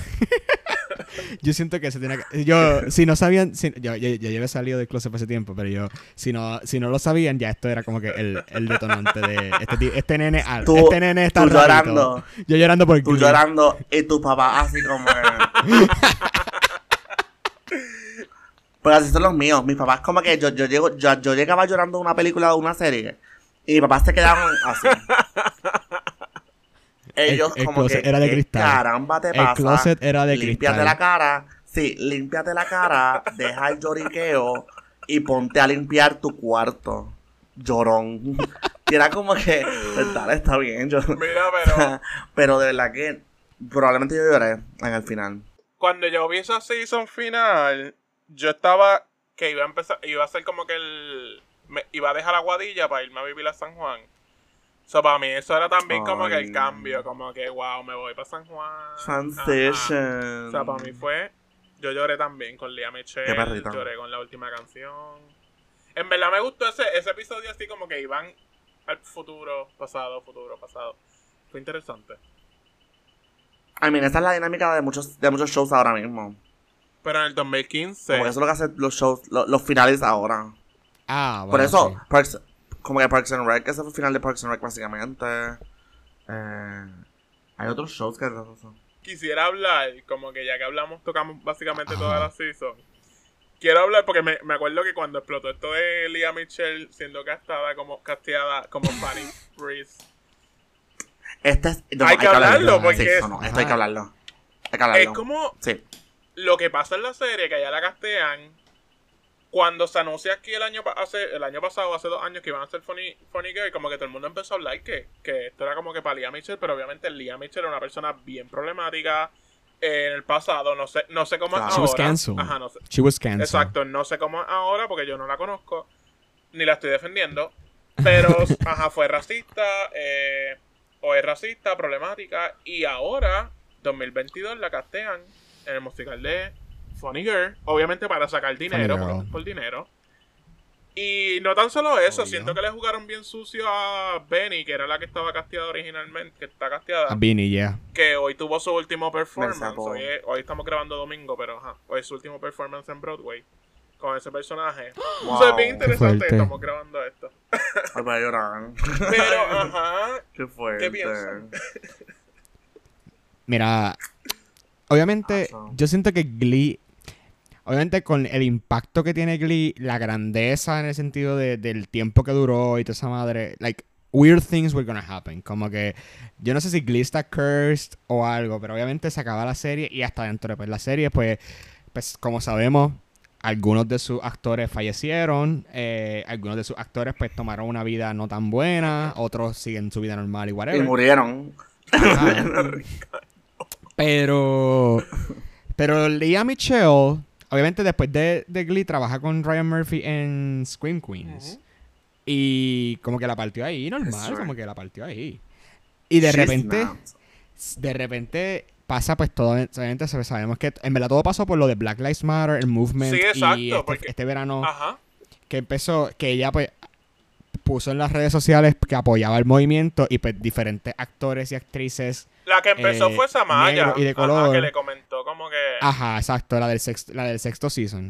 C: Yo siento que se tiene que... Yo, si no sabían... yo había salido del closet hace tiempo, pero yo... Si no lo sabían, ya esto era como que el detonante de... Este nene... este nene está
B: tú
C: rarito.
B: llorando.
C: Yo llorando por
B: Tú
C: Glee.
B: llorando y tus papás así como... Pues así son los míos. Mis papás como que yo llegaba llorando de una película o una serie y mis papás se quedaban así. Ellos
C: El
B: como
C: closet
B: que,
C: era de
B: ¿qué
C: cristal.
B: caramba te
C: El
B: pasa?
C: closet era de
B: Límpiate
C: cristal.
B: la cara. Sí, límpiate la cara, deja el lloriqueo y ponte a limpiar tu cuarto. Llorón. Y era como que, pues dale, está bien.
A: Mira, pero
B: Pero de verdad que probablemente yo lloré en el final.
A: cuando yo vi esa season final, yo estaba que iba a ser como que iba a dejar la Guadilla para irme a vivir a San Juan. So, para mí eso era también como que el
B: Ay.
A: cambio, como que wow, me voy para San Juan.
B: Transition.
A: O sea, para mí fue, yo lloré también con Lea
B: Qué
A: Michele,
B: perrito.
A: lloré con la última canción. En verdad me gustó ese episodio así como que iban al futuro, pasado. Fue interesante.
B: I mean, esa es la dinámica de muchos shows ahora mismo.
A: Pero en el 2015...
B: Como que eso es lo que hacen los shows, los finales ahora.
C: Bueno,
B: Por eso,
C: sí.
B: como que Parks and Rec, ese fue el final de Parks and Rec básicamente. Hay otros shows que...
A: Quisiera hablar, como que ya que tocamos básicamente toda la season. Quiero hablar porque me acuerdo que cuando explotó esto de Lea Michele siendo casteada como Fanny Reese. Hay que hablarlo, porque
B: Sí,
A: es-
B: no, esto hay que hablarlo. Hay que hablarlo.
A: Es como
B: Sí.
A: lo que pasa en la serie, que allá la castean. Cuando se anuncia aquí el año pasado, hace 2 años, que iban a hacer Funny Girl, como que todo el mundo empezó a hablar que esto era como que para Lea Michele, pero obviamente Lea Michele era una persona bien problemática en el pasado, no sé cómo
B: Claro.
A: es
C: She was
A: ahora.
C: canceled.
A: Ajá, no sé.
C: She was canceled.
A: Exacto, no sé cómo es ahora porque yo no la conozco, ni la estoy defendiendo, pero ajá, fue racista, o es racista, problemática, y ahora, 2022, la castean en el musical de Funny Girl, obviamente para sacar dinero,
C: Funny Girl.
A: por dinero. Y no tan solo eso,
C: Obvio.
A: siento que le jugaron bien sucio a Benny, que era la que estaba casteada originalmente, que está casteada,
C: A Beanie, yeah.
A: que hoy tuvo su último performance.
B: Me sacó.
A: Hoy estamos grabando domingo, pero ajá, hoy es su último performance en Broadway con ese personaje.
B: Wow.
A: O sea, es bien interesante,
C: fuerte.
A: estamos grabando esto.
B: Ay, voy a llorar.
A: Pero, ajá,
B: Qué fuerte.
A: ¿qué piensan?
C: Mira, obviamente,
B: Awesome.
C: yo siento que Glee, obviamente con el impacto que tiene Glee, la grandeza en el sentido del tiempo que duró y toda esa madre, like, weird things were gonna happen. Como que, yo no sé si Glee está cursed o algo, pero obviamente se acaba la serie y hasta dentro de la serie, pues como sabemos, algunos de sus actores fallecieron, algunos de sus actores pues tomaron una vida no tan buena, otros siguen su vida normal y
B: Y
C: whatever.
B: murieron.
C: Ajá. Pero Lea Michele, obviamente después de Glee, trabaja con Ryan Murphy en Scream Queens.
A: Ujú.
C: Y como que la partió ahí, normal,
B: That's right.
C: como que la partió ahí. Y de repente pasa pues todo, obviamente sabemos que en verdad todo pasó por lo de Black Lives Matter, el movement.
A: Sí, exacto,
C: y
A: porque-
C: este verano
A: Ajá.
C: que empezó, que ella pues puso en las redes sociales que apoyaba el movimiento y pues diferentes actores y actrices.
A: La que empezó fue Samaya.
C: negro y de
A: Ajá,
C: color.
A: que le comentó como que...
C: Ajá, exacto, la del sexto season.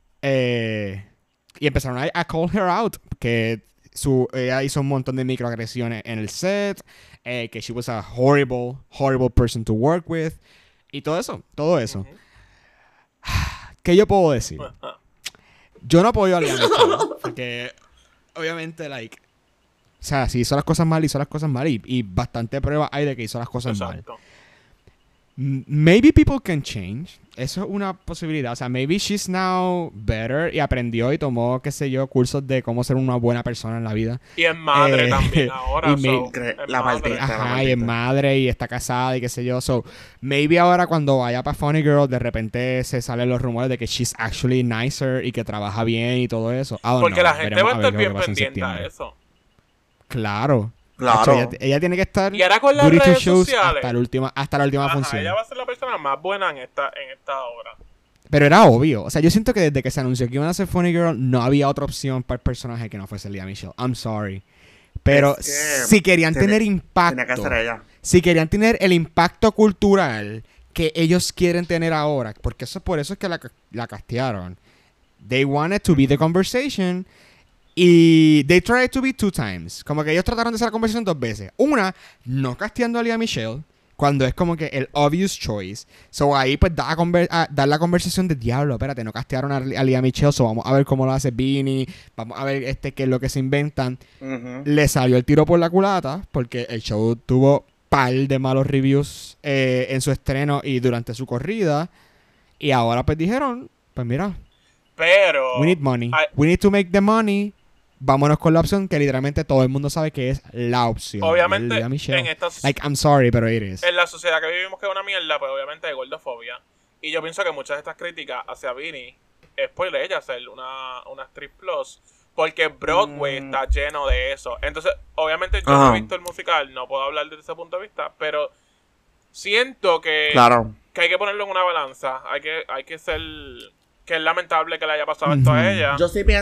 C: Y empezaron a call her out, que ella hizo un montón de microagresiones en el set, que she was a horrible person to work with, y todo eso.
A: Ujú.
C: ¿Qué yo puedo decir? Yo no apoyo a Lea Michele, porque obviamente, like, o sea, si hizo las cosas mal, y bastante prueba hay de que hizo las cosas mal.
A: Exacto.
C: Maybe people can change. Eso es una posibilidad. O sea, maybe she's now better y aprendió y tomó, qué sé yo, cursos de cómo ser una buena persona en la vida.
A: Y es madre también ahora.
C: y me-
A: Es
B: la
A: madre.
B: parte-
C: Ajá, y es madre y está casada y qué sé yo. So, maybe ahora cuando vaya para Funny Girl, de repente se salen los rumores de que she's actually nicer y que trabaja bien y todo eso. I don't
A: Porque
C: know.
A: la gente
C: Veremos
A: va a
C: ver
A: estar
C: qué
A: bien
C: pasa en
A: pendiente a
C: septiembre.
A: eso.
C: Claro.
B: Claro.
C: Hecho, ella tiene que estar
A: Y ahora con las
C: goody two
A: redes
C: shows
A: sociales.
C: hasta la última
A: Ajá,
C: función.
A: ella va a ser la persona más buena en esta obra.
C: Pero era obvio. O sea, yo siento que desde que se anunció que iban a hacer Funny Girl, no había otra opción para el personaje que no fuese Lea Michele. I'm sorry. Pero si querían tener impacto,
B: tenía que ser ella.
C: si querían tener el impacto cultural que ellos quieren tener ahora, porque por eso es que la castearon. They wanted to be the conversation y they tried to be 2 times. Como que ellos trataron de hacer la conversación 2 veces. Una, no casteando a Lea Michele, cuando es como que el obvious choice. So ahí pues dar la conversación de diablo, espérate, no castearon a Lea Michele, so vamos a ver cómo lo hace Beanie, vamos a ver qué es lo que se inventan. Le salió el tiro por la culata, porque el show tuvo par de malos reviews en su estreno y durante su corrida. Y ahora pues dijeron, pues mira,
A: pero
C: we need money. We need to make the money. Vámonos con la opción que literalmente todo el mundo sabe que es la opción.
A: Obviamente,
C: en
A: estas...
C: Like, I'm sorry, pero it is.
A: En la sociedad que vivimos, que es una mierda, pues obviamente hay gordofobia. Y yo pienso que muchas de estas críticas hacia Vinny es por ella ser una actriz plus. Porque Broadway está lleno de eso. Entonces, obviamente yo no he visto el musical, no puedo hablar desde ese punto de vista, pero siento que hay que ponerlo en una balanza. Hay que ser... Que es lamentable que le haya pasado esto a ella.
B: Yo sí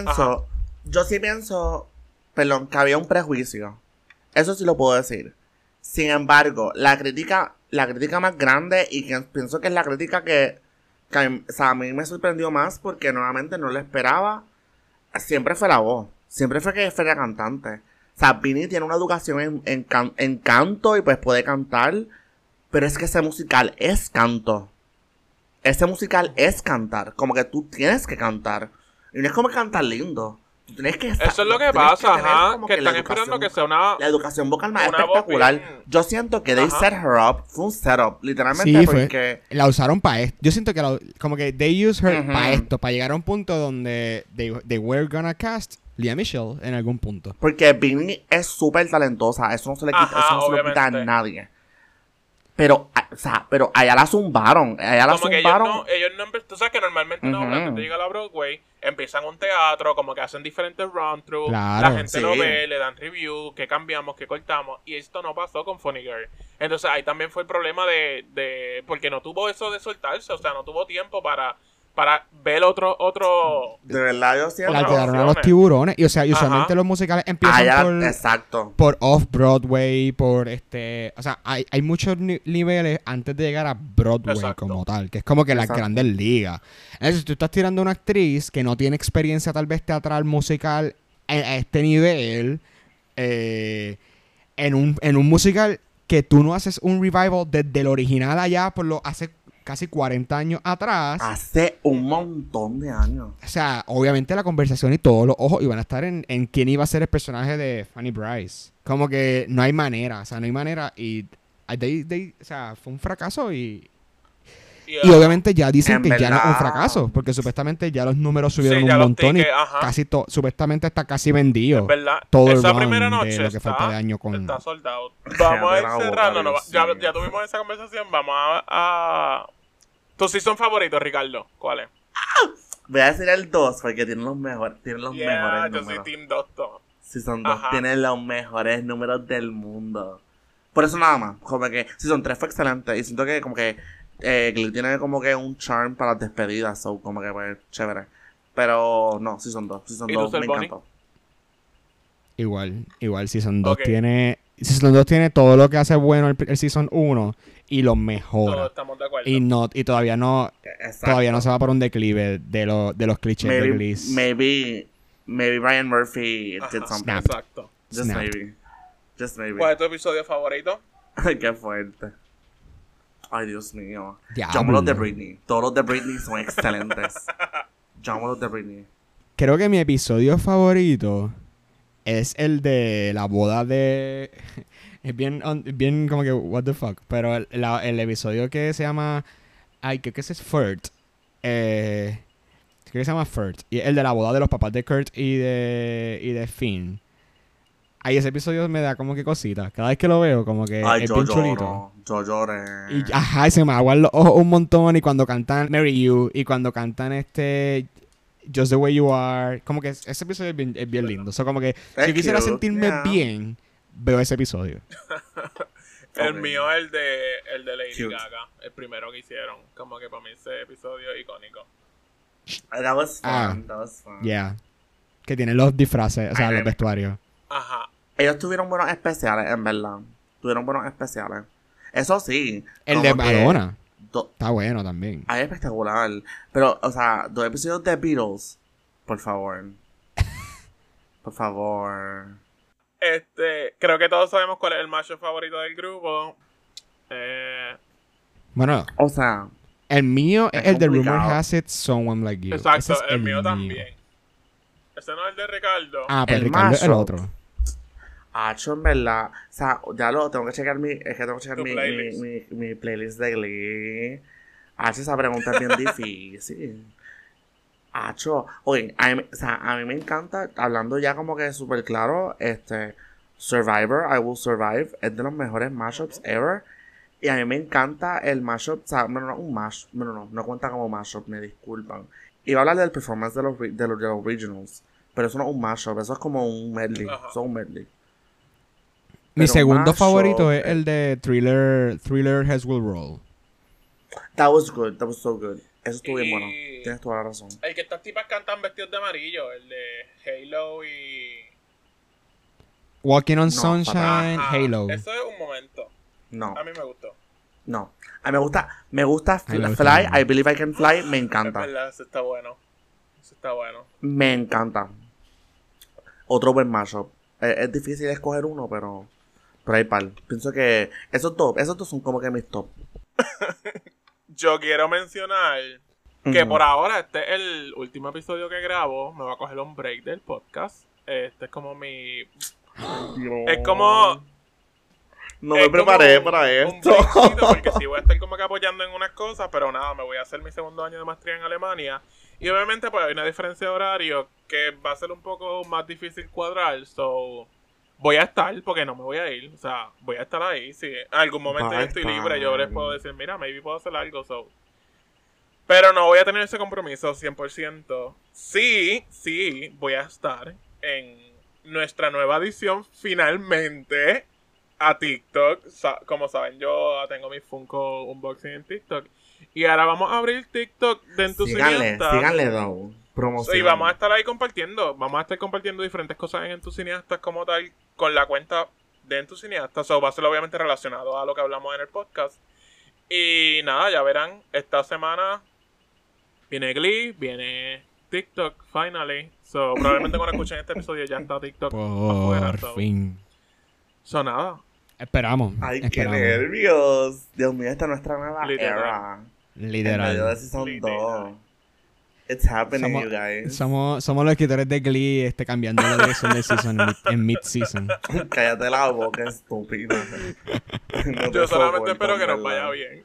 B: pienso, perdón, que había un prejuicio. Eso sí lo puedo decir. Sin embargo, la crítica más grande y que pienso que es la crítica que a mí me sorprendió más porque nuevamente no lo esperaba, siempre fue la voz. Siempre fue que fue la cantante. O sea, Vinny tiene una educación en canto y pues puede cantar, pero es que ese musical es canto. Ese musical es cantar. Como que tú tienes que cantar. Y no es como cantar lindo. Tú tienes que estar,
A: eso es lo que pasa, ajá. Que están esperando que sea
B: la educación vocal más espectacular. Yo siento que they set her up. Fue un setup. Literalmente
C: sí,
B: porque...
C: la usaron para esto. Yo siento que como que they used her para esto. Para llegar a un punto donde they were gonna cast Lea Michele en algún punto.
B: Porque Vinny es súper talentosa. Eso no se le quita, eso no se lo quita a nadie. Pero allá la zumbaron.
A: Como que ellos no tú sabes que normalmente no, la gente llega a la Broadway, empiezan un teatro, como que hacen diferentes run-throughs, la gente lo ve, le dan review, qué cambiamos, qué cortamos, y esto no pasó con Funny Girl. Entonces ahí también fue el problema de porque no tuvo eso de soltarse, o sea, no tuvo tiempo para ver otro...
B: De verdad, yo siento...
C: La tiraron a los tiburones. Y, o sea, usualmente los musicales empiezan por Off-Broadway, por O sea, hay muchos niveles antes de llegar a Broadway como tal. Que es como que las grandes ligas. Entonces, si tú estás tirando a una actriz que no tiene experiencia tal vez teatral, musical, a este nivel, en un musical que tú no haces un revival desde el original allá hace casi 40 años atrás.
B: Hace un montón de años.
C: O sea, obviamente la conversación y todos los ojos iban a estar en quién iba a ser el personaje de Fanny Brice. Como que no hay manera. O sea, no hay manera. Y o sea, fue un fracaso y obviamente ya dicen que ya no es un fracaso. Porque supuestamente ya los números subieron un montón y supuestamente está casi vendido.
A: Es verdad.
C: Todo
A: esa
C: el
A: primera noche
C: de lo que falta de año con...
A: Está soldado. Vamos a ir cerrando. Ya tuvimos esa conversación. Vamos a... ¿Tu season favorito, Ricardo? ¿Cuál es?
B: Voy a decir el 2 porque tiene los mejores mejores
A: yo
B: números.
A: soy Team 2.
B: Season 2 tiene los mejores números del mundo. Por eso nada más. Como que Season 3 fue excelente. Y siento que como que Glee tiene como que un charm para las despedidas. So como que pues chévere. Pero no, Season 2. Season 2 me encantó.
C: Igual Season 2 tiene... Season 2 tiene todo lo que hace bueno el Season 1 y lo mejora.
A: Todos estamos de acuerdo.
C: Y todavía no se va por un declive de los clichés de Glee.
B: Maybe Ryan Murphy did something.
A: Exacto.
B: Just maybe.
A: ¿Cuál es tu episodio favorito?
B: Ay, qué fuerte. Ay, Dios mío. Yo amo los de Britney. Todos los de Britney son excelentes. Yo amo los de Britney.
C: Creo que mi episodio favorito es el de la boda de... Es bien como que, what the fuck. Pero el episodio que se llama... Ay, creo que ese es Furt. Creo que se llama Furt. Y el de la boda de los papás de Kurt y de Finn. Ay, ese episodio me da como que cosita. Cada vez que lo veo, como que es bien chulito.
B: Yo lloré.
C: Y se me aguan los ojos un montón. Y cuando cantan Marry You. Y cuando cantan Just the Way You Are. Como que ese episodio es bien lindo. O sea, como que si quisiera sentirme bien, veo ese episodio.
A: El mío es el de Lady Gaga. El primero que hicieron. Como que para mí ese episodio es icónico.
B: That was fun.
C: Ah.
B: That was fun.
C: Yeah. Que tienen los disfraces, o sea,
B: Ay,
C: los vestuarios.
A: Ajá.
B: Ellos tuvieron buenos especiales, en verdad. Tuvieron buenos especiales. Eso sí.
C: El
B: como
C: de
B: que
C: Madonna.
B: do-
C: Está bueno también.
B: Ay, espectacular. Pero, o sea, 2 episodios de Beatles. Por favor. Por favor.
A: Creo que todos sabemos cuál es el macho favorito del grupo.
C: Bueno,
B: O sea,
C: el mío es
B: Es
C: el de Rumor
B: complicado.
C: Has It, Someone Like You. Ese
A: Exacto,
C: es
A: el mío también. Ese no es el de Ricardo.
C: Ah, pero
B: El
C: Ricardo es el
B: macho.
C: otro.
B: Acho, en verdad. O sea, ya lo tengo que checar es que tengo que checar
A: Tu
B: mi
A: playlist.
B: mi playlist de Glee. Acho, esa pregunta es bien difícil. Acho, oye, o sea, a mí me encanta, hablando ya como que súper claro, Survivor, I Will Survive, es de los mejores mashups ever. Y a mí me encanta el mashup, o sea, bueno, no un mashup, no cuenta como mashup, me disculpan. Iba a hablar del performance de los originals, pero eso no es un mashup, eso es como un medley,
A: Ajá.
B: eso es un medley.
C: Mi
B: Pero
C: segundo
B: mashup,
C: favorito es el de Thriller Has Will Roll.
B: That was good, that was so good. Eso estuvo bien
A: Y-
B: bueno, tienes toda la razón.
A: El que estas tipas cantan vestidos de amarillo, el de Halo y...
C: Walking on
B: No,
C: Sunshine,
A: Ajá,
C: Halo.
A: Eso es un momento.
B: No,
A: A mí me gustó.
B: no. A mí me gusta
C: A mí me gusta
B: Fly,
C: también.
B: I Believe I Can Fly, me
A: Es
B: encanta.
A: verdad, eso está bueno. Eso está bueno.
B: Me encanta. Otro buen mashup. Es difícil escoger uno, pero hay par. Pienso que esos dos son como que mis top.
A: Yo quiero mencionar que
B: Ujú.
A: por ahora este es el último episodio que grabo. Me va a coger un break del podcast. Este es como mi... Es como...
B: No
A: es
B: me preparé
A: como
B: para
A: un
B: esto.
A: breakcito, porque sí voy a estar como que apoyando en unas cosas, pero nada, me voy a hacer mi segundo año de maestría en Alemania. Y obviamente pues hay una diferencia de horario que va a ser un poco más difícil cuadrar. So, voy a estar, porque no me voy a ir. O sea, voy a estar ahí. Si en algún momento
B: Vas a
A: yo estoy
B: estar.
A: libre, yo les puedo decir, mira, maybe puedo hacer algo. So. Pero no voy a tener ese compromiso 100%. Sí, voy a estar en nuestra nueva edición finalmente a TikTok. Como saben, yo tengo mi Funko unboxing en TikTok. Y ahora vamos a abrir TikTok de Entusiastas.
B: Síganle, though. Promoción.
A: Y vamos a estar ahí compartiendo. Vamos a estar compartiendo diferentes cosas en Entusiastas como tal con la cuenta de Entusiastas. So, va a ser obviamente relacionado a lo que hablamos en el podcast. Y nada, ya verán. Esta semana viene Glee, viene TikTok, finally. So, probablemente cuando escuchen este episodio ya está TikTok afuera.
C: Por
A: So,
C: fin.
A: so nada.
C: Esperamos.
B: Ay, qué
C: esperamos.
B: nervios. Dios mío, esta es nuestra nueva
A: Literal.
B: era. En medio de
C: Literal.
B: Season
A: Literal.
B: 2. It's happening,
C: Somos-
B: you guys.
C: Somos los escritores de Glee cambiando la dirección del season en mid-season.
B: Cállate la boca, estúpido. No te
A: Yo solamente
B: soporto,
A: espero que nos
B: ¿verdad?
A: vaya bien.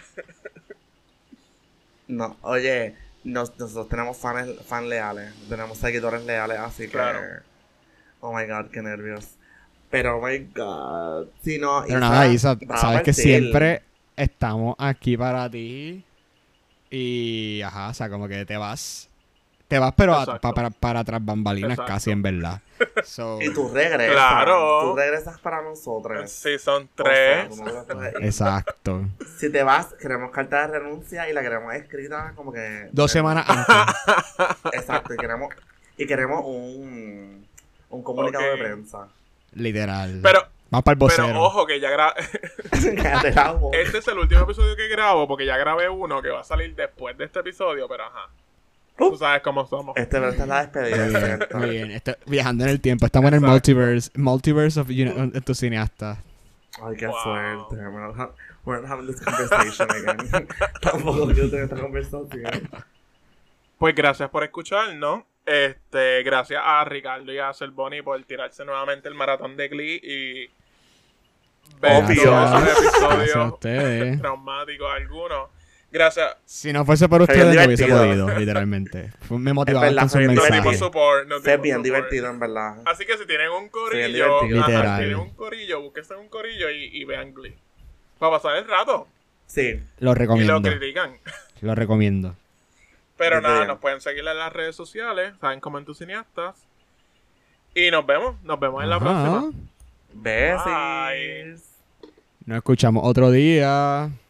B: No, oye, nosotros tenemos fans leales, tenemos seguidores leales, así que...
A: Claro.
B: Oh my God, qué nervios. Pero, oh my God. Si no,
C: Pero nada, Isa,
B: va a
C: sabes que
B: partir.
C: siempre estamos aquí para ti. Y, ajá, o sea, como que te vas, pero
A: Exacto.
C: para tras bambalinas
A: Exacto.
C: casi, en verdad. So,
B: Y tú regresas.
A: Claro.
B: Tú regresas para nosotros.
A: Sí, son
B: O sea,
A: 3.
B: tú no puedes ir.
C: exacto.
B: Si te vas, queremos carta de renuncia y la queremos escrita como que...
C: 2 semanas antes.
B: Exacto, y queremos un comunicado
A: Ok.
B: de prensa.
C: Literal.
A: Pero,
C: Vamos para el vocero.
A: pero ojo que ya
B: Cállate la boca.
A: este es el último episodio que grabo porque ya grabé uno que va a salir después de este episodio, pero ajá. Tú sabes cómo somos.
B: Esta es la despedida.
C: Muy bien,
B: ¿cierto?
C: muy bien. Viajando en el tiempo. Estamos en el
A: Exacto.
C: multiverse of entusiastas.
B: Ay, qué
A: Wow.
B: suerte. We're not having this conversation again. Tampoco quiero tener esta conversación.
A: Pues gracias por escucharnos. Gracias a Ricardo y a Selboni por tirarse nuevamente el maratón de Glee y ver
B: Obvio.
A: todos esos
C: Gracias a
A: episodios
C: ustedes.
A: traumáticos algunos. Gracias.
C: Si no fuese por
B: Fue bien
C: ustedes, no hubiese
B: divertido.
C: podido, literalmente. Me motivaba
B: Es verdad,
C: con sus
B: fue bien
A: Nos
B: divertido.
A: dimos
C: mensajes.
A: support. Nos
B: Fue
A: dimos
B: bien
A: support.
B: divertido, en verdad.
A: Así que si tienen un corillo,
B: divertido.
A: ajá,
C: Literal.
A: si tienen un corillo, búsquense un corillo y vean Glee. Para pasar el rato.
B: Sí.
C: Lo
A: Y
C: recomiendo.
A: lo critican.
C: Lo recomiendo.
A: Pero
B: Desde
A: nada,
B: bien.
A: nos pueden seguir en las redes sociales, saben como Entusiastas. Y nos vemos en la
C: Ajá.
A: próxima.
B: Besis.
A: Bye.
C: Nos escuchamos otro día.